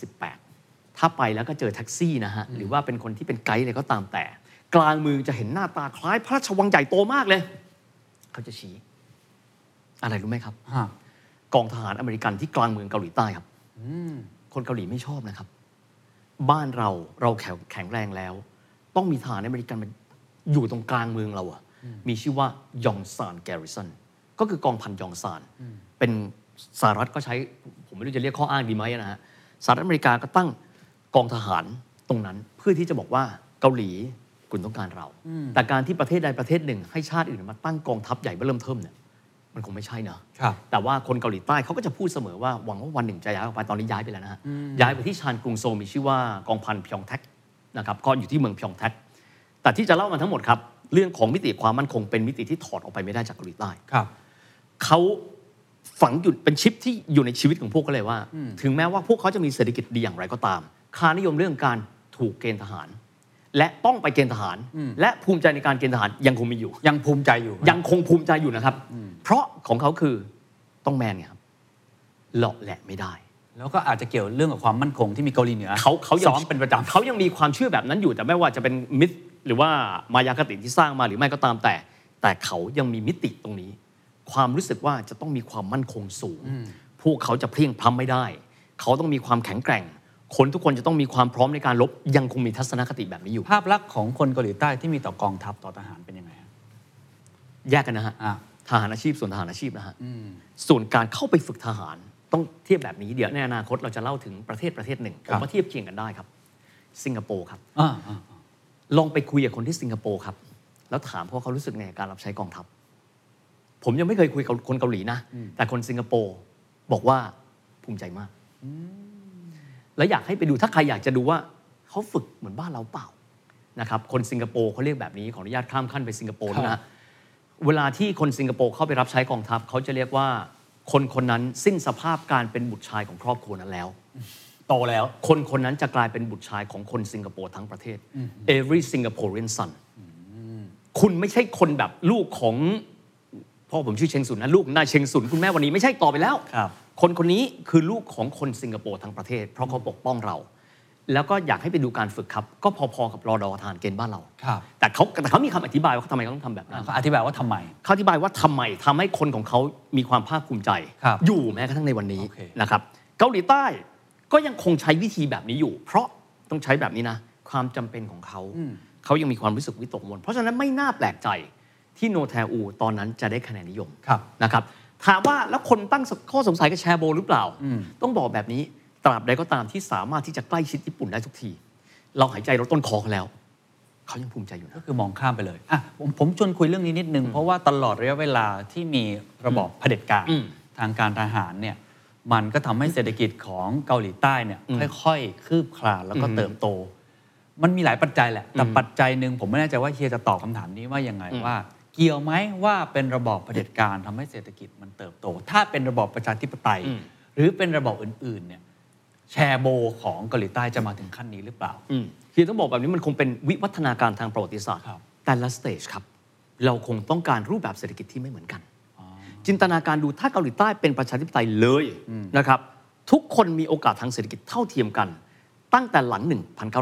S1: 2018 ถ้าไปแล้วก็เจอแท็กซี่นะฮะหรือว่าเป็นคนที่เป็นไกด์อะไรก็ตามแต่กลางเมืองจะเห็นหน้าตาคล้ายพระราชวังใหญ่โตมากเลยเขาจะชี้อะไรรู้ไหมครับกองทหารอเมริกันที่กลางเมืองเกาหลีใต้ครับคนเกาหลีไม่ชอบนะครับบ้านเราแข็งแรงแล้วต้องมีทหารอเมริกันมาอยู่ตรงกลางเมืองเราอะมีชื่อว่ายองซานแกริสันก็คือกองพันยองซานเป็นสหรัฐก็ใช้ผมไม่รู้จะเรียกข้ออ้างดีไหมนะฮะสหรัฐอเมริกาก็ตั้งกองทหารตรงนั้นเพื่อที่จะบอกว่าเกาหลีคุณต้องการเราแต่การที่ประเทศใดประเทศหนึ่งให้ชาติอื่นมาตั้งกองทัพใหญ่เริ่มเทิมเนี่ยมันคงไม่ใช่เนอะแต่ว่าคนเกาหลีใต้เขาก็จะพูดเสมอว่าหวังว่าวันหนึ่งจะย้ายออกไปตอนนี้ย้ายไปแล้วนะฮะย้ายไปที่ชานกรุงโซลมีชื่อว่ากองพันพยองแท็กนะครับก็อยู่ที่เมืองพยองแท็กแต่ที่จะเล่ามาทั้งหมดครับเรื่องของมิติความมั่นคงเป็นมิติที่ถอดออกไปไม่ได้จากเกาหลีใต้เขาฝังอยู่เป็นชิปที่อยู่ในชีวิตของพวกเขาเลยว่าถึงแม้ว่าพวกเขาจะมีเศรษฐกิจดีอย่างไรก็ตามค่านิยมเรื่องการถูกเกณฑ์ทหารและต้องไปเกณฑ์ทหารและภูมิใจในการเกณฑ์ทหารยังคงมีอยู่
S3: ยังภูมิใจอยู่
S1: ยังคงภูมิใจอยู่นะครับเพราะของเขาคือต้องแมนไงครับเลาะแหละไม่ได้
S3: แล้วก็อาจจะเกี่ยวเรื่องกับความมั่นคงที่มีเกาหลีเหนือ
S1: เขาซ้อมเป็นประจำเขายังมีความเชื่อแบบนั้นอยู่แต่ไม่ว่าจะเป็นมิตรหรือว่ามายาคติที่สร้างมาหรือไม่ก็ตามแต่เขายังมีมิติตรงนี้ความรู้สึกว่าจะต้องมีความมั่นคงสูงพวกเขาจะเพลียงพล้ำไม่ได้เขาต้องมีความแข็งแกร่งคนทุกคนจะต้องมีความพร้อมในการรบยังคงมีทัศนคติแบบนี้อยู่
S3: ภาพลักษณ์ของคนเกาหลีใต้ที่มีต่อกองทัพต่อทหารเป็นยังไง
S1: แยกกันนะฮะทหารอาชีพส่วนทหารอาชีพนะฮะส่วนการเข้าไปฝึกทหารต้องเทียบแบบนี้เดี๋ยวในอนาคตเราจะเล่าถึงประเทศหนึ่งผมมาเทียบเคียงกันได้ครับสิงคโปร์ครับลองไปคุยกับคนที่สิงคโปร์ครับแล้วถามเขารู้สึกไงกับการรับใช้กองทัพผมยังไม่เคยคุยกับคนเกาหลีนะแต่คนสิงคโปร์บอกว่าภูมิใจมากแล้วอยากให้ไปดูถ้าใครอยากจะดูว่าเขาฝึกเหมือนบ้านเราเปล่านะครับคนสิงคโปร์เขาเรียกแบบนี้ขออนุญาตข้ามขั้นไปสิงคโปร์นะเวลาที่คนสิงคโปร์เข้าไปรับใช้กองทัพเขาจะเรียกว่าคนนั้นสิ้นสภาพการเป็นบุตรชายของครอบครัวนั้นแล้ว
S3: โตแล้ว
S1: คนนั้นจะกลายเป็นบุตรชายของคนสิงคโปร์ทั้งประเทศ every Singaporean son คุณไม่ใช่คนแบบลูกของพ่อผมชื่อเชงซุนนะลูกนายเชงซุนคุณแม่วันนี้ไม่ใช่ต่อไปแล้วคนนี้คือลูกของคนสิงคโปร์ทั้งประเทศเพราะเขาปกป้องเราแล้วก็อยากให้ไปดูการฝึกครับก็พอๆกับรดทหารเกณฑ์บ้านเราแต่เขามีคำอธิบายว่าทำไมเขาต้องทำแบบนั้น
S3: เขาอธิบายว่าทำไม
S1: เขาอธิบายว่าทำไมทำให้คนของเขามีความภาคภูมิใจอยู่แม้กระทั่งในวันนี้นะครับเกาหลีใต้ก็ยังคงใช้วิธีแบบนี้อยู่เพราะต้องใช้แบบนี้นะความจำเป็นของเขายังมีความรู้สึกวิตกกังวลเพราะฉะนั้นไม่น่าแปลกใจที่โนแทอูตอนนั้นจะได้คะแนนนิยมนะครับถามว่าแล้วคนตั้งข้อสงสัยกับแชร์โบหรือเปล่าต้องบอกแบบนี้ตราบใดก็ตามที่สามารถที่จะใกล้ชิดญี่ปุ่นได้ทุกทีเราหายใจลดต้นคอเขาแล้วเขายังภูมิใจอยู่นะ
S3: ก็คือมองข้ามไปเลยอ่ะผมชวนคุยเรื่องนี้นิดนึงเพราะว่าตลอดระยะเวลาที่มีระบอบเผด็จการทางการทหารเนี่ยมันก็ทำให้เศรษฐกิจของเกาหลีใต้เนี่ยค่อยๆคืบคลานแล้วก็เติบโตมันมีหลายปัจจัยแหละแต่ปัจจัยนึงผมไม่แน่ใจว่าเฮียจะตอบคำถามนี้ว่ายังไงว่าเกี่ยวไหมว่าเป็นระบอบเผด็จการทำให้เศรษฐกิจมันเติบโตถ้าเป็นระบอบประชาธิปไตยหรือเป็นระบอบอื่นๆเนี่ยแชร์โบของเกาหลีใต้จะมาถึงขั้นนี้หรือเปล่า
S1: คือต้องบอกแบบนี้มันคงเป็นวิวัฒนาการทางประวัติศาสตร์แต่ละสเตจครับเราคงต้องการรูปแบบเศรษฐกิจที่ไม่เหมือนกันจินตนาการดูถ้าเกาหลีใต้เป็นประชาธิปไตยเลยนะครับทุกคนมีโอกาสทางเศรษฐกิจเท่าเทียมกันตั้งแต่หลัง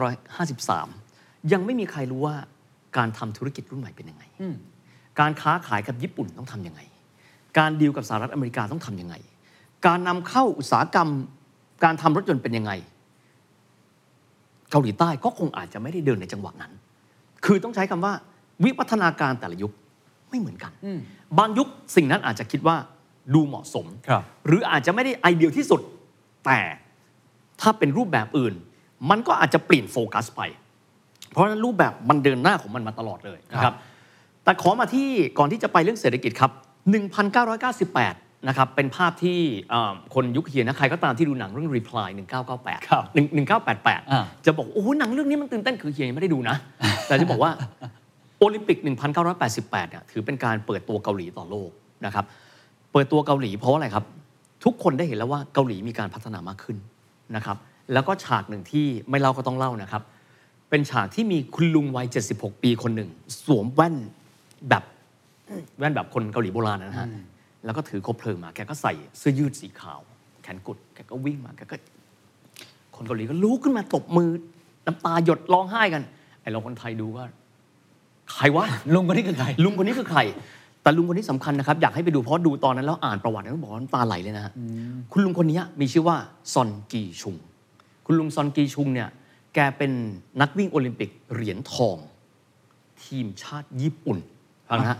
S1: 1953 ยังไม่มีใครรู้ว่าการทำธุรกิจรุ่นใหม่เป็นยังไงการค้าขายกับญี่ปุ่นต้องทำยังไงการดีลกับสหรัฐอเมริกาต้องทำยังไงการนำเข้าอุตสาหกรรมการทำรถยนต์เป็นยังไงเกาหลีใต้ก็คงอาจจะไม่ได้เดินในจังหวะนั้นคือต้องใช้คำว่าวิวัฒนาการแต่ละยุคไม่เหมือนกันบางยุคสิ่งนั้นอาจจะคิดว่าดูเหมาะสมหรืออาจจะไม่ได้ไอเดียที่สุดแต่ถ้าเป็นรูปแบบอื่นมันก็อาจจะเปลี่ยนโฟกัสไปเพราะฉะนั้นรูปแบบมันเดินหน้าของมันมาตลอดเลยนะครับแต่ขอมาที่ก่อนที่จะไปเรื่องเศรษฐกิจครับ1998นะครับเป็นภาพที่คนยุคเฮียนะใครก็ตามที่ดูหนังเรื่อง Reply 1988จะบอกโอ้โหหนังเรื่องนี้มันตื่นเต้นคือเฮียยังไม่ได้ดูนะ แต่จะบอกว่าโอลิมปิก1988เนี่ยถือเป็นการเปิดตัวเกาหลีต่อโลกนะครับเปิดตัวเกาหลีเพราะอะไรครับทุกคนได้เห็นแล้วว่าเกาหลีมีการพัฒนามากขึ้นนะครับแล้วก็ฉากหนึ่งที่ไม่เล่าก็ต้องเล่านะครับเป็นฉากที่มีคุณลุงวัย76ปีคนหนึ่งสวมแว่นแบบคนเกาหลีโบราณนะฮะแล้วก็ถือคบเพลิงมาแกก็ใส่เสื้อยืดสีขาวแขนกุดแกก็วิ่งมาแกก็คนเกาหลีก็ลุกขึ้นมาตบมือน้ำตาหยดร้องไห้กันไอ้เราคนไทยดูก็ใครวะ
S3: ลุงคนนี้คือใคร
S1: ลุงคนนี้คือใครแต่ลุงคนนี้สำคัญนะครับอยากให้ไปดูเพราะดูตอนนั้นแล้วอ่านประวัติแล้วบอกว่าน้ำตาไหลเลยนะฮะคุณลุงคนนี้มีชื่อว่าซอนกีชุงคุณลุงซอนกีชุงเนี่ยแกเป็นนักวิ่งโอลิมปิกเหรียญทองทีมชาติญี่ปุ่นฟังนะฮะ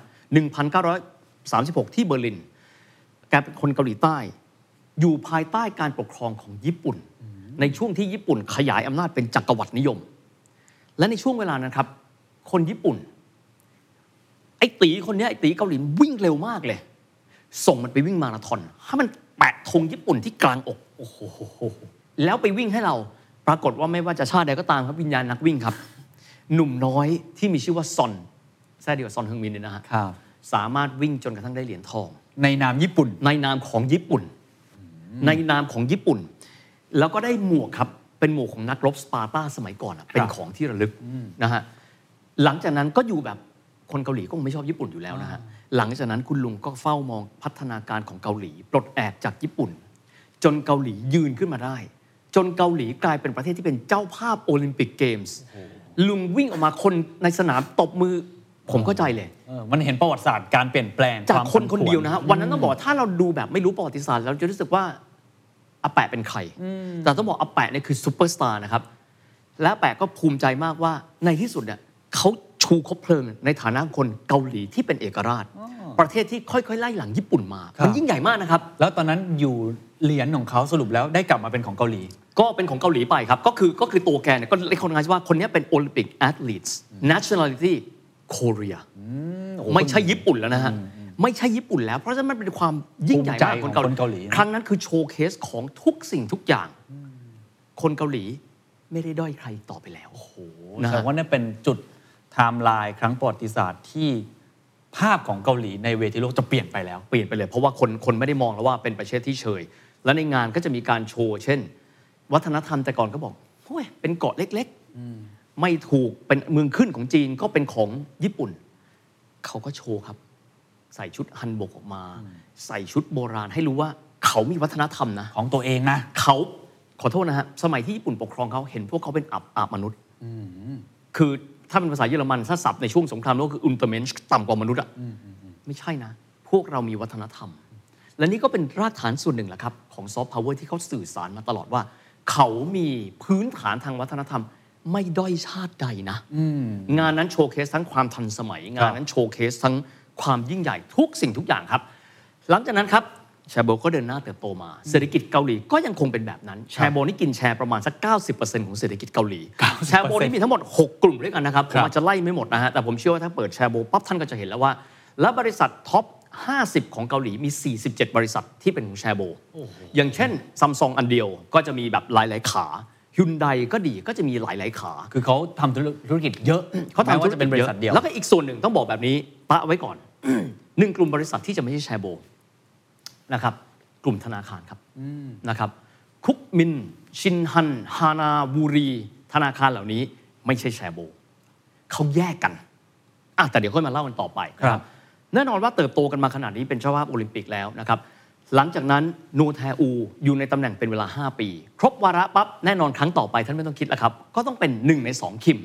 S1: 1936ที่เบอร์ลินแกเป็นคนเกาหลีใต้อยู่ภายใต้การปกครองของญี่ปุ่นในช่วงที่ญี่ปุ่นขยายอำนาจเป็นจักรวรรดินิยมและในช่วงเวลานั้นครับคนญี่ปุ่นไอ้ตีคนนี้ไอ้ตีเกาหลีวิ่งเร็วมากเลยส่งมันไปวิ่งมาราธอนให้มันแปะธงญี่ปุ่นที่กลางอกโอ้โหแล้วไปวิ่งให้เราปรากฏว่าไม่ว่าจะชาติใดก็ตามครับวิญญาณนักวิ่งครับหนุ่มน้อยที่มีชื่อว่าซอนแท้เดียวซอนฮึงมินเนี่ยนะฮะสามารถวิ่งจนกระทั่งได้เหรียญทอง
S3: ในนามญี่ปุ่น
S1: ในนามของญี่ปุ่นในนามของญี่ปุ่นแล้วก็ได้หมวกครับเป็นหมวกของนักรบสปาร์ตาสมัยก่อนเป็นของที่ระลึกนะฮะหลังจากนั้นก็อยู่แบบคนเกาหลีก็ไม่ชอบญี่ปุ่นอยู่แล้วนะฮะหลังจากนั้นคุณลุงก็เฝ้ามองพัฒนาการของเกาหลีปลดแอกจากญี่ปุ่นจนเกาหลียืนขึ้นมาได้จนเกาหลีกลายเป็นประเทศที่เป็นเจ้าภาพโอลิมปิกเกมส์ลุงวิ่งออกมาคนในสนามตบมือผมเข้าใจเลย
S3: มันเห็นประวัติศาสตร์การเปลี่ยนแปลง
S1: จากคนคนเดียวนะฮะวันนั้นต้องบอกถ้าเราดูแบบไม่รู้ประวัติศาสตร์เราจะรู้สึกว่าอาแปะเป็นใครแต่ต้องบอกอาแปะเนี่ยคือซูเปอร์สตาร์นะครับและอาแปะก็ภูมิใจมากว่าในที่สุดเนี่ยเขาชูคบเพลิงในฐานะคนเกาหลีที่เป็นเอกราชประเทศที่ค่อยๆไล่หลังญี่ปุ่นมามันยิ่งใหญ่มากนะครับ
S3: แล้วตอนนั้นอยู่เหรียญของเขาสรุปแล้วได้กลับมาเป็นของเกาหลี
S1: ก็เป็นของเกาหลีไปครับก็คือตัวแกเนี่ยก็เรียกคนง่ายว่าคนนี้เป็นโอลิมปิกแอธลีท nationality Korea ไม่ใช่ญี่ปุ่นแล้วนะฮะไม่ใช่ญี่ปุ่นแล้วเพราะฉะนั้นมันเป็นความยิ่งใหญ่มาก
S3: คนเกาหลี
S1: ครั้งนั้นคือโชว์เคสของทุกสิ่งทุกอย่างคนเกาหลีไม่ได้ด้อยใครต่อไปแล้ว
S3: โอ้โหแต่ว่านี่เป็นจุดไทม์ไลน์ครั้งประวัติศาสตร์ที่ภาพของเกาหลีในเวทีโลกจะเปลี่ยนไปแล้ว
S1: เปลี่ยนไปเลยเพราะว่าคนไม่ได้มองแล้วว่าเป็นประเทศที่เฉยและในงานก็จะมีการโชว์เช่นวัฒนธรรมแต่ก่อนก็บอกโอ้ยเป็นเกาะเล็กๆไม่ถูกเป็นเมืองขึ้นของจีนก็เป็นของญี่ปุ่นเขาก็โชว์ครับใส่ชุดฮันบกออกมาใส่ชุดโบราณให้รู้ว่าเขามีวัฒนธรรมนะ
S3: ของตัวเองนะ
S1: เขาขอโทษนะฮะสมัยที่ญี่ปุ่นปกครองเขาเห็นพวกเขาเป็นอาบมนุษย์คือถ้าเป็นภาษาเยอรมันถ้าศัพท์ในช่วงสงครามโลกคืออุลตร้าแมนต่ำกว่ามนุษย์อ่ะไม่ใช่นะพวกเรามีวัฒนธรรมและนี่ก็เป็นรากฐานส่วนหนึ่งแหละครับของซอฟต์พาวเวอร์ที่เขาสื่อสารมาตลอดว่าเขามีพื้นฐานทางวัฒนธรรมไม่ด้อยชาติใดนะงานนั้นโชว์เคสทั้งความทันสมัยงานนั้นโชว์เคสทั้งความยิ่งใหญ่ทุกสิ่งทุกอย่างครับหลังจากนั้นครับแชร์โบก็เดินหน้าเติบโตมาเศรษฐกิจเกาหลีก็ยังคงเป็นแบบนั้นแชร์โบนี่กินแชร์ประมาณสัก 90% ของเศรษฐกิจเกาหลีแชร์โบนี่มีทั้งหมด6กลุ่มด้วยกันนะครับผมอาจจะไล่ไม่หมดนะฮะแต่ผมเชื่อว่าถ้าเปิดแชร์โบปั๊บท่านก็จะเห็นแล้วว่าและบริษัทท็อป50ของเกาหลีมี47บริษัทที่เป็นของแชร์โบอย่างเช่นซัมซุงอันเดียวก็จะมีแบบหลายๆขาฮุนไดก็ดีก็จะมีหลายๆขา
S3: คือเขาทำธุรกิจเยอะ
S1: เขาทำธุรกิจเป็นบริษัทเดียวแล้วก็อีกส่วนหนึ่งต้องบอกแบบนี้ปะไว้ก่อน1กลุ่มบริษัทที่จะไม่ใช่แชร์โบนะครับกลุ่มธนาคารครับนะครับคุกมินชินฮันฮานาบูรีธนาคารเหล่านี้ไม่ใช่แชร์โบเขาแยกกันแต่เดี๋ยวค่อยมาเล่ากันต่อไปครับแน่นอนว่าเติบโตกันมาขนาดนี้เป็นเจ้าภาพโอลิมปิกแล้วนะครับหลังจากนั้นนูแทอูอยู่ในตำแหน่งเป็นเวลา5ปีครบวาระปั๊บแน่นอนครั้งต่อไปท่านไม่ต้องคิดแล้วครับก็ต้องเป็น1ใน2คิม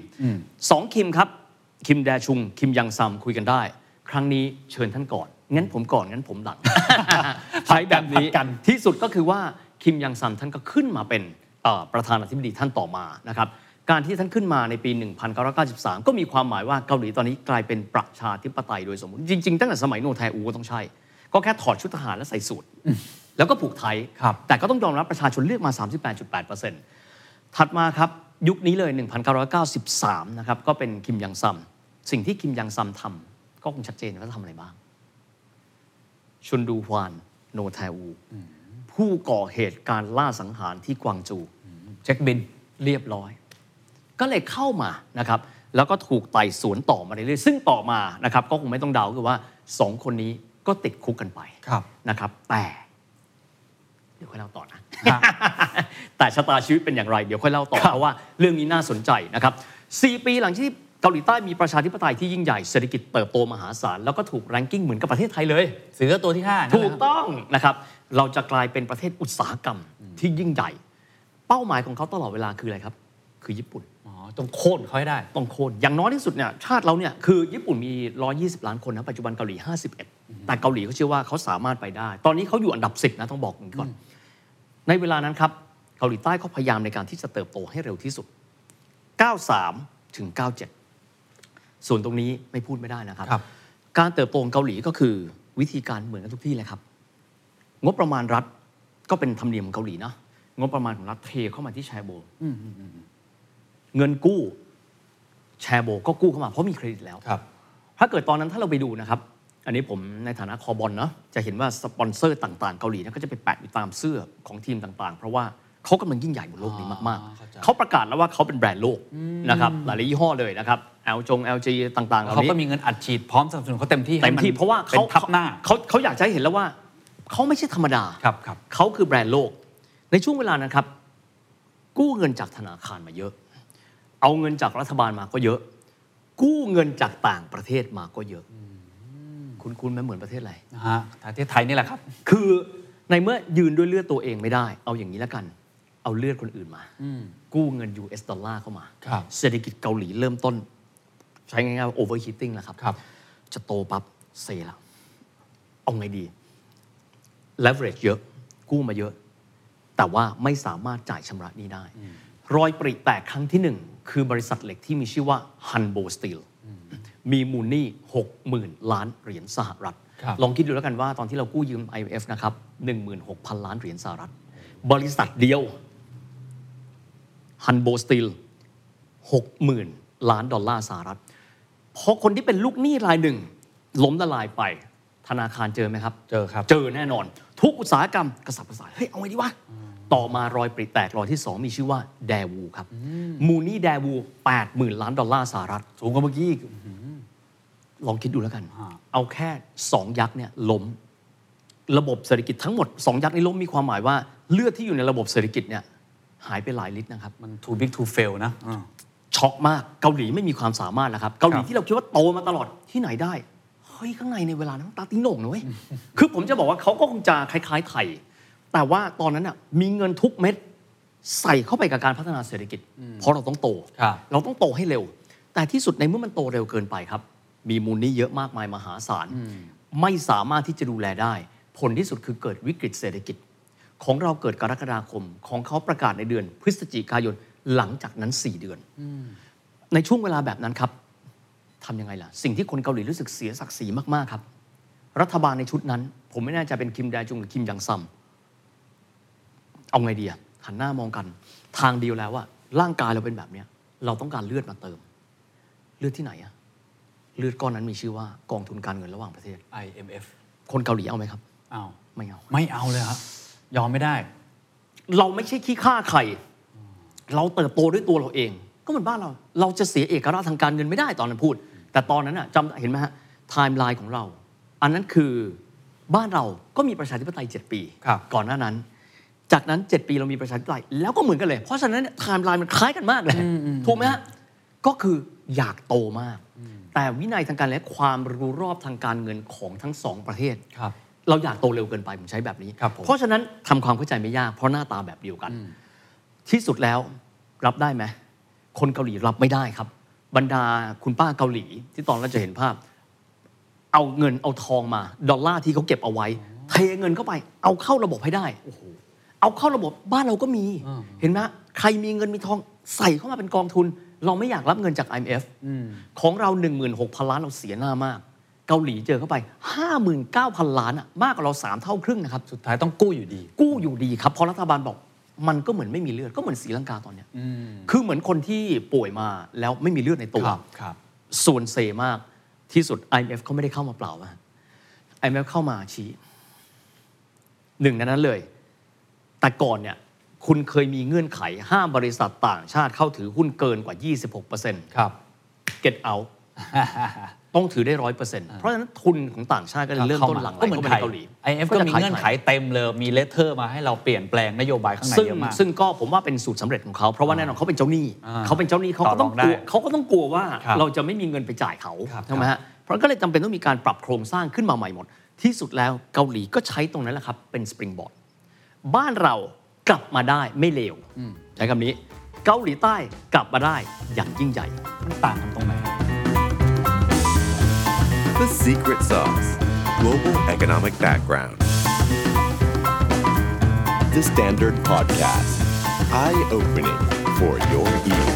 S1: 2คิมครับคิมแดชุงคิมยังซัมคุยกันได้ครั้งนี้เชิญท่านก่อนงั้นผมก่อนงั้นผมหลังใช้แบบนี้กันที่สุดก็คือว่าคิมยังซัมท่านก็ขึ้นมาเป็นประธานาธิบดีท่านต่อมานะครับการที่ท่านขึ้นมาในปี 1993 ก็มีความหมายว่าเกาหลีตอนนี้กลายเป็นประชาธิปไตยโดยสมบูรณ์จริงๆตั้งแต่สมัยโนแทอูก็ต้องใช่ก็แค่ถอดชุดทหารและใส่สูทแล้วก็ผูกไทยแต่ก็ต้องยอมรับประชาชนเลือกมา 38.8%ถัดมาครับยุคนี้เลย 1993 นะครับก็เป็นคิมยังซัมสิ่งที่คิมยังซัมทำก็คงชัดเจนว่าทำอะไรบ้างชุนดูฮวานโนแทอูผู้ก่อเหตุการล่าสังหารที่กวางจู
S3: เช็คบิน
S1: เรียบร้อยก็เลยเข้ามานะครับแล้วก็ถูกไต่สวนต่อมาเรื่อยๆซึ่งต่อมานะครับก็คงไม่ต้องเดาคือว่า2คนนี้ก็ติดคุกกันไปนะครับแต่เดี๋ยวค่อยเล่าต่อนะ แต่ชะตาชีวิตเป็นอย่างไรเดี๋ยวค่อยเล่าต่อเพราะว่าเรื่องนี้น่าสนใจนะครับ4 ปีหลังที่เกาหลีใต้มีประชาธิปไตยที่ยิ่งใหญ่เศรษฐกิจเติบโตมหาศาลแล้วก็ถูกแรงกิ้งเหมือนกับประเทศไทยเลย
S3: เสือตัวที่5
S1: ถูกต้องนะครับเราจะกลายเป็นประเทศอุตสาหกรรมที่ยิ่งใหญ่เป้าหมายของเขาตลอดเวลาคืออะไรครับคือญี่ปุ่น
S3: ต้องโค่นเขาให้ได้
S1: ต้องโค่นอย่างน้อยที่สุดเนี่ยชาติเราเนี่ยคือญี่ปุ่นมี120 ล้านคนนะปัจจุบันเกาหลี51แต่เกาหลีเขาเชื่อว่าเขาสามารถไปได้ตอนนี้เขาอยู่อันดับ10นะต้องบอกก่อนในเวลานั้นครับเกาหลีใต้เขาพยายามในการที่จะเติบโตให้เร็วที่สุด93ถึง97ส่วนตรงนี้ไม่พูดไม่ได้นะครับการเติบโตของเกาหลีก็คือวิธีการเหมือนกันทุกที่เลยครับงบประมาณรัฐก็เป็นธรรมเนียมของเกาหลีนะงบประมาณของรัฐเทเข้ามาที่แชโบเงินกู้แชโบก็กู้เข้ามาเพราะมีเครดิตแล้วถ้าเกิดตอนนั้นถ้าเราไปดูนะครับอันนี้ผมในฐานะคอบอลนะจะเห็นว่าสปอนเซอร์ต่างๆเกาหลีก็จะไปแปะอยู่ตามเสื้อของทีมต่างๆเพราะว่าเขากำลังยิ่งใหญ่บนโลกนี้มากๆเขาประกาศแล้วว่าเขาเป็นแบรนด์โลกนะครับหลายยี่ห้อเลยนะครับLG ต่างๆ
S3: เขาก็มีเงินอัดฉีดพร้อมสนับสนุนเขาเต็มที่
S1: เพราะว่าเขาอยากจะให้เห็นแล้วว่าเขาไม่ใช่ธรรมดาเขาคือแบรนด์โลกในช่วงเวลานั้นครับกู้เงินจากธนาคารมาเยอะเอาเงินจากรัฐบาลมาก็เยอะกู้เงินจากต่างประเทศมาก็เยอะคุ้นๆไหมเหมือนประเทศอะไร
S3: ประเทศไทยนี่แหละครับ
S1: คือในเมื่อยืนด้วยเลือดตัวเองไม่ได้เอาอย่างนี้แล้วกันเอาเลือดคนอื่นมากู้เงิน US ดอลลาร์เข้ามาเศรษฐกิจเกาหลีเริ่มต้นใช้ง่ายๆ overheating แล้วครับจะโตปั๊บเซละเอาไงดี leverage เยอะกู้มาเยอะแต่ว่าไม่สามารถจ่ายชำระหนี้ได้รอยปริแตกครั้งที่1คือบริษัทเหล็กที่มีชื่อว่า Hanbo Steel มีมูลหนี้ 60,000 ล้านเหรียญสหรัฐลองคิดดูแล้วกันว่าตอนที่เรากู้ยืม IMF นะครับ 16,000 ล้านเหรียญสหรัฐบริษัทเดียว Hanbo Steel 60,000 ล้านดอลลาร์สหรัฐพอคนที่เป็นลูกหนี้รายหนึ่งล้มละลายไปธนาคารเจอไหมครับ
S3: เจอครับ
S1: เจอแน่นอนทุกอุตสาหกรรมกระสับกระส่ายเฮ้ยเอาไงดีวะต่อมารอยปริแตกรอยที่2มีชื่อว่าแดวูครับมูลหนี้แดวู 80,000 ล้านดอลลาร์สหรัฐ
S3: สูงกว่าเมื่อกี้
S1: ลองคิดดูแล้วกันเอาแค่2ยักษ์เนี่ยล้มระบบเศรษฐกิจทั้งหมด2ยักษ์นี้ล้มมีความหมายว่าเลือดที่อยู่ในระบบเศรษฐกิจเนี่ยหายไปหลายลิตรนะครับ
S3: มัน too big to fail นะ
S1: ช็อกมากเกาหลีไม่มีความสามารถแล้วครับเกาหลีที่เราคิดว่าโตมาตลอดที่ไหนได้เฮ้ยข้างในเวลานั้นตาตีโหน่งนะเว้ยคือผมจะบอกว่าเขาก็คงจะคล้ายๆไทยแต่ว่าตอนนั้นน่ะมีเงินทุกเม็ดใส่เข้าไปกับการพัฒนาเศรษฐกิจเพราะเราต้องโตเราต้องโตให้เร็วแต่ที่สุดในเมื่อมันโตเร็วเกินไปครับมีมูลหนี้เยอะมากมายมหาศาลไม่สามารถที่จะดูแลได้ผลที่สุดคือเกิดวิกฤตเศรษฐกิจของเราเกิดกรกฎาคมของเขาประกาศในเดือนพฤศจิกายนหลังจากนั้น4 เดือนในช่วงเวลาแบบนั้นครับทำยังไงล่ะสิ่งที่คนเกาหลีรู้สึกเสียศักดิ์ศรีมากๆครับรัฐบาลในชุดนั้นผมไม่แน่ใจเป็นคิมแดจุงหรือคิมยังซัมเอาไงดีอะหันหน้ามองกันทางเดียวแล้วว่าร่างกายเราเป็นแบบนี้เราต้องการเลือดมาเติมเลือดที่ไหนอะเลือดก้อนนั้นมีชื่อว่ากองทุนการเงินระหว่างประเทศ
S3: IMF
S1: คนเกาหลีเอาไหมครับ
S3: ไม่เอาเลยครับยอมไม่ได้
S1: เราไม่ใช่ขี้ข้าใครเราเติบโตด้วยตัวเราเองก็เหมือนบ้านเราจะเสียเอกราชทางการเงินไม่ได้ตอนนั้นพูดแต่ตอนนั้นจำเห็นไหมฮะไทม์ไลน์ของเราอันนั้นคือบ้านเราก็มีประชาธิปไตย7 ปีก่อนหน้านั้นจากนั้น7 ปีเรามีประชาธิปไตยแล้วก็เหมือนกันเลยเพราะฉะนั้นไทม์ไลน์มันคล้ายกันมากเลยถูกไหมฮะก็คืออยากโตมากแต่วินัยทางการและความรู้รอบทางการเงินของทั้ง2 ประเทศเราอยากโตเร็วเกินไปผมใช้แบบนี้เพราะฉะนั้นทำความเข้าใจไม่ยากเพราะหน้าตาแบบเดียวกันที่สุดแล้วรับได้ไหมคนเกาหลีรับไม่ได้ครับบรรดาคุณป้าเกาหลีที่ตอนเราจะเห็นภาพเอาเงินเอาทองมาดอลลาร์ที่เขาเก็บเอาไว้เทเงินเข้าไปเอาเข้าระบบให้ได้เอาเข้าระบบบ้านเราก็มีเห็นไหมใครมีเงินมีทองใส่เข้ามาเป็นกองทุนเราไม่อยากรับเงินจาก IMF ของเรา 16,000 ล้านเราเสียหน้ามากเกาหลีเจอเข้าไป 59,000 ล้านมากกว่าเรา3เท่าครึ่งนะครับ
S3: สุดท้ายต้องกู้อยู่ดี
S1: กู้อยู่ดีครับเพราะรัฐบาลบอกมันก็เหมือนไม่มีเลือดก็เหมือนศรีลังกาตอนเนี้ยคือเหมือนคนที่ป่วยมาแล้วไม่มีเลือดในตัว
S3: ครับ
S1: ส่วนเซมากที่สุด IMF เขาไม่ได้เข้ามาเปล่านะ IMF เข้ามาชี้หนึ่งในนั้นเลยแต่ก่อนเนี่ยคุณเคยมีเงื่อนไขห้ามบริษัทต่างชาติเข้าถือหุ้นเกินกว่า 26%
S3: ครับ
S1: get out ต้องถือได้ 100% เพราะฉะนั้นทุนของต่างชาติก็เลยเริ่มต้นหลั่งไหลเข้ามาในเกาหลี
S3: IMF ก็มีเงื่อนไขเต็มเลยมีเลตเทอร์มาให้เราเปลี่ยนแปลงนโยบายข้างในเยอะมาก
S1: ซึ่งก็ผมว่าเป็นสูตรสำเร็จของเขาเพราะว่าแน่นอนเขาเป็นเจ้าหนี้เขาเป็นเจ้าหนี้เขาก็ต้องกลัวว่าเราจะไม่มีเงินไปจ่ายเขาใช่ไหมฮะเพราะก็เลยจำเป็นต้องมีการปรับโครงสร้างขึ้นมาใหม่หมดที่สุดแล้วเกาหลีก็ใช้ตรงนั้นแหละครับเป็นสปริงบอร์ดบ้านเรากลับมาได้ไม่เลวใช้คำนี้เกาหลีใต้กลับมาได้อย่างยิ่งใหญ่
S3: มันต่างกันตรงไหน
S2: The Secret Sauce Global Economic Background The Standard Podcast Eye-opening for your ears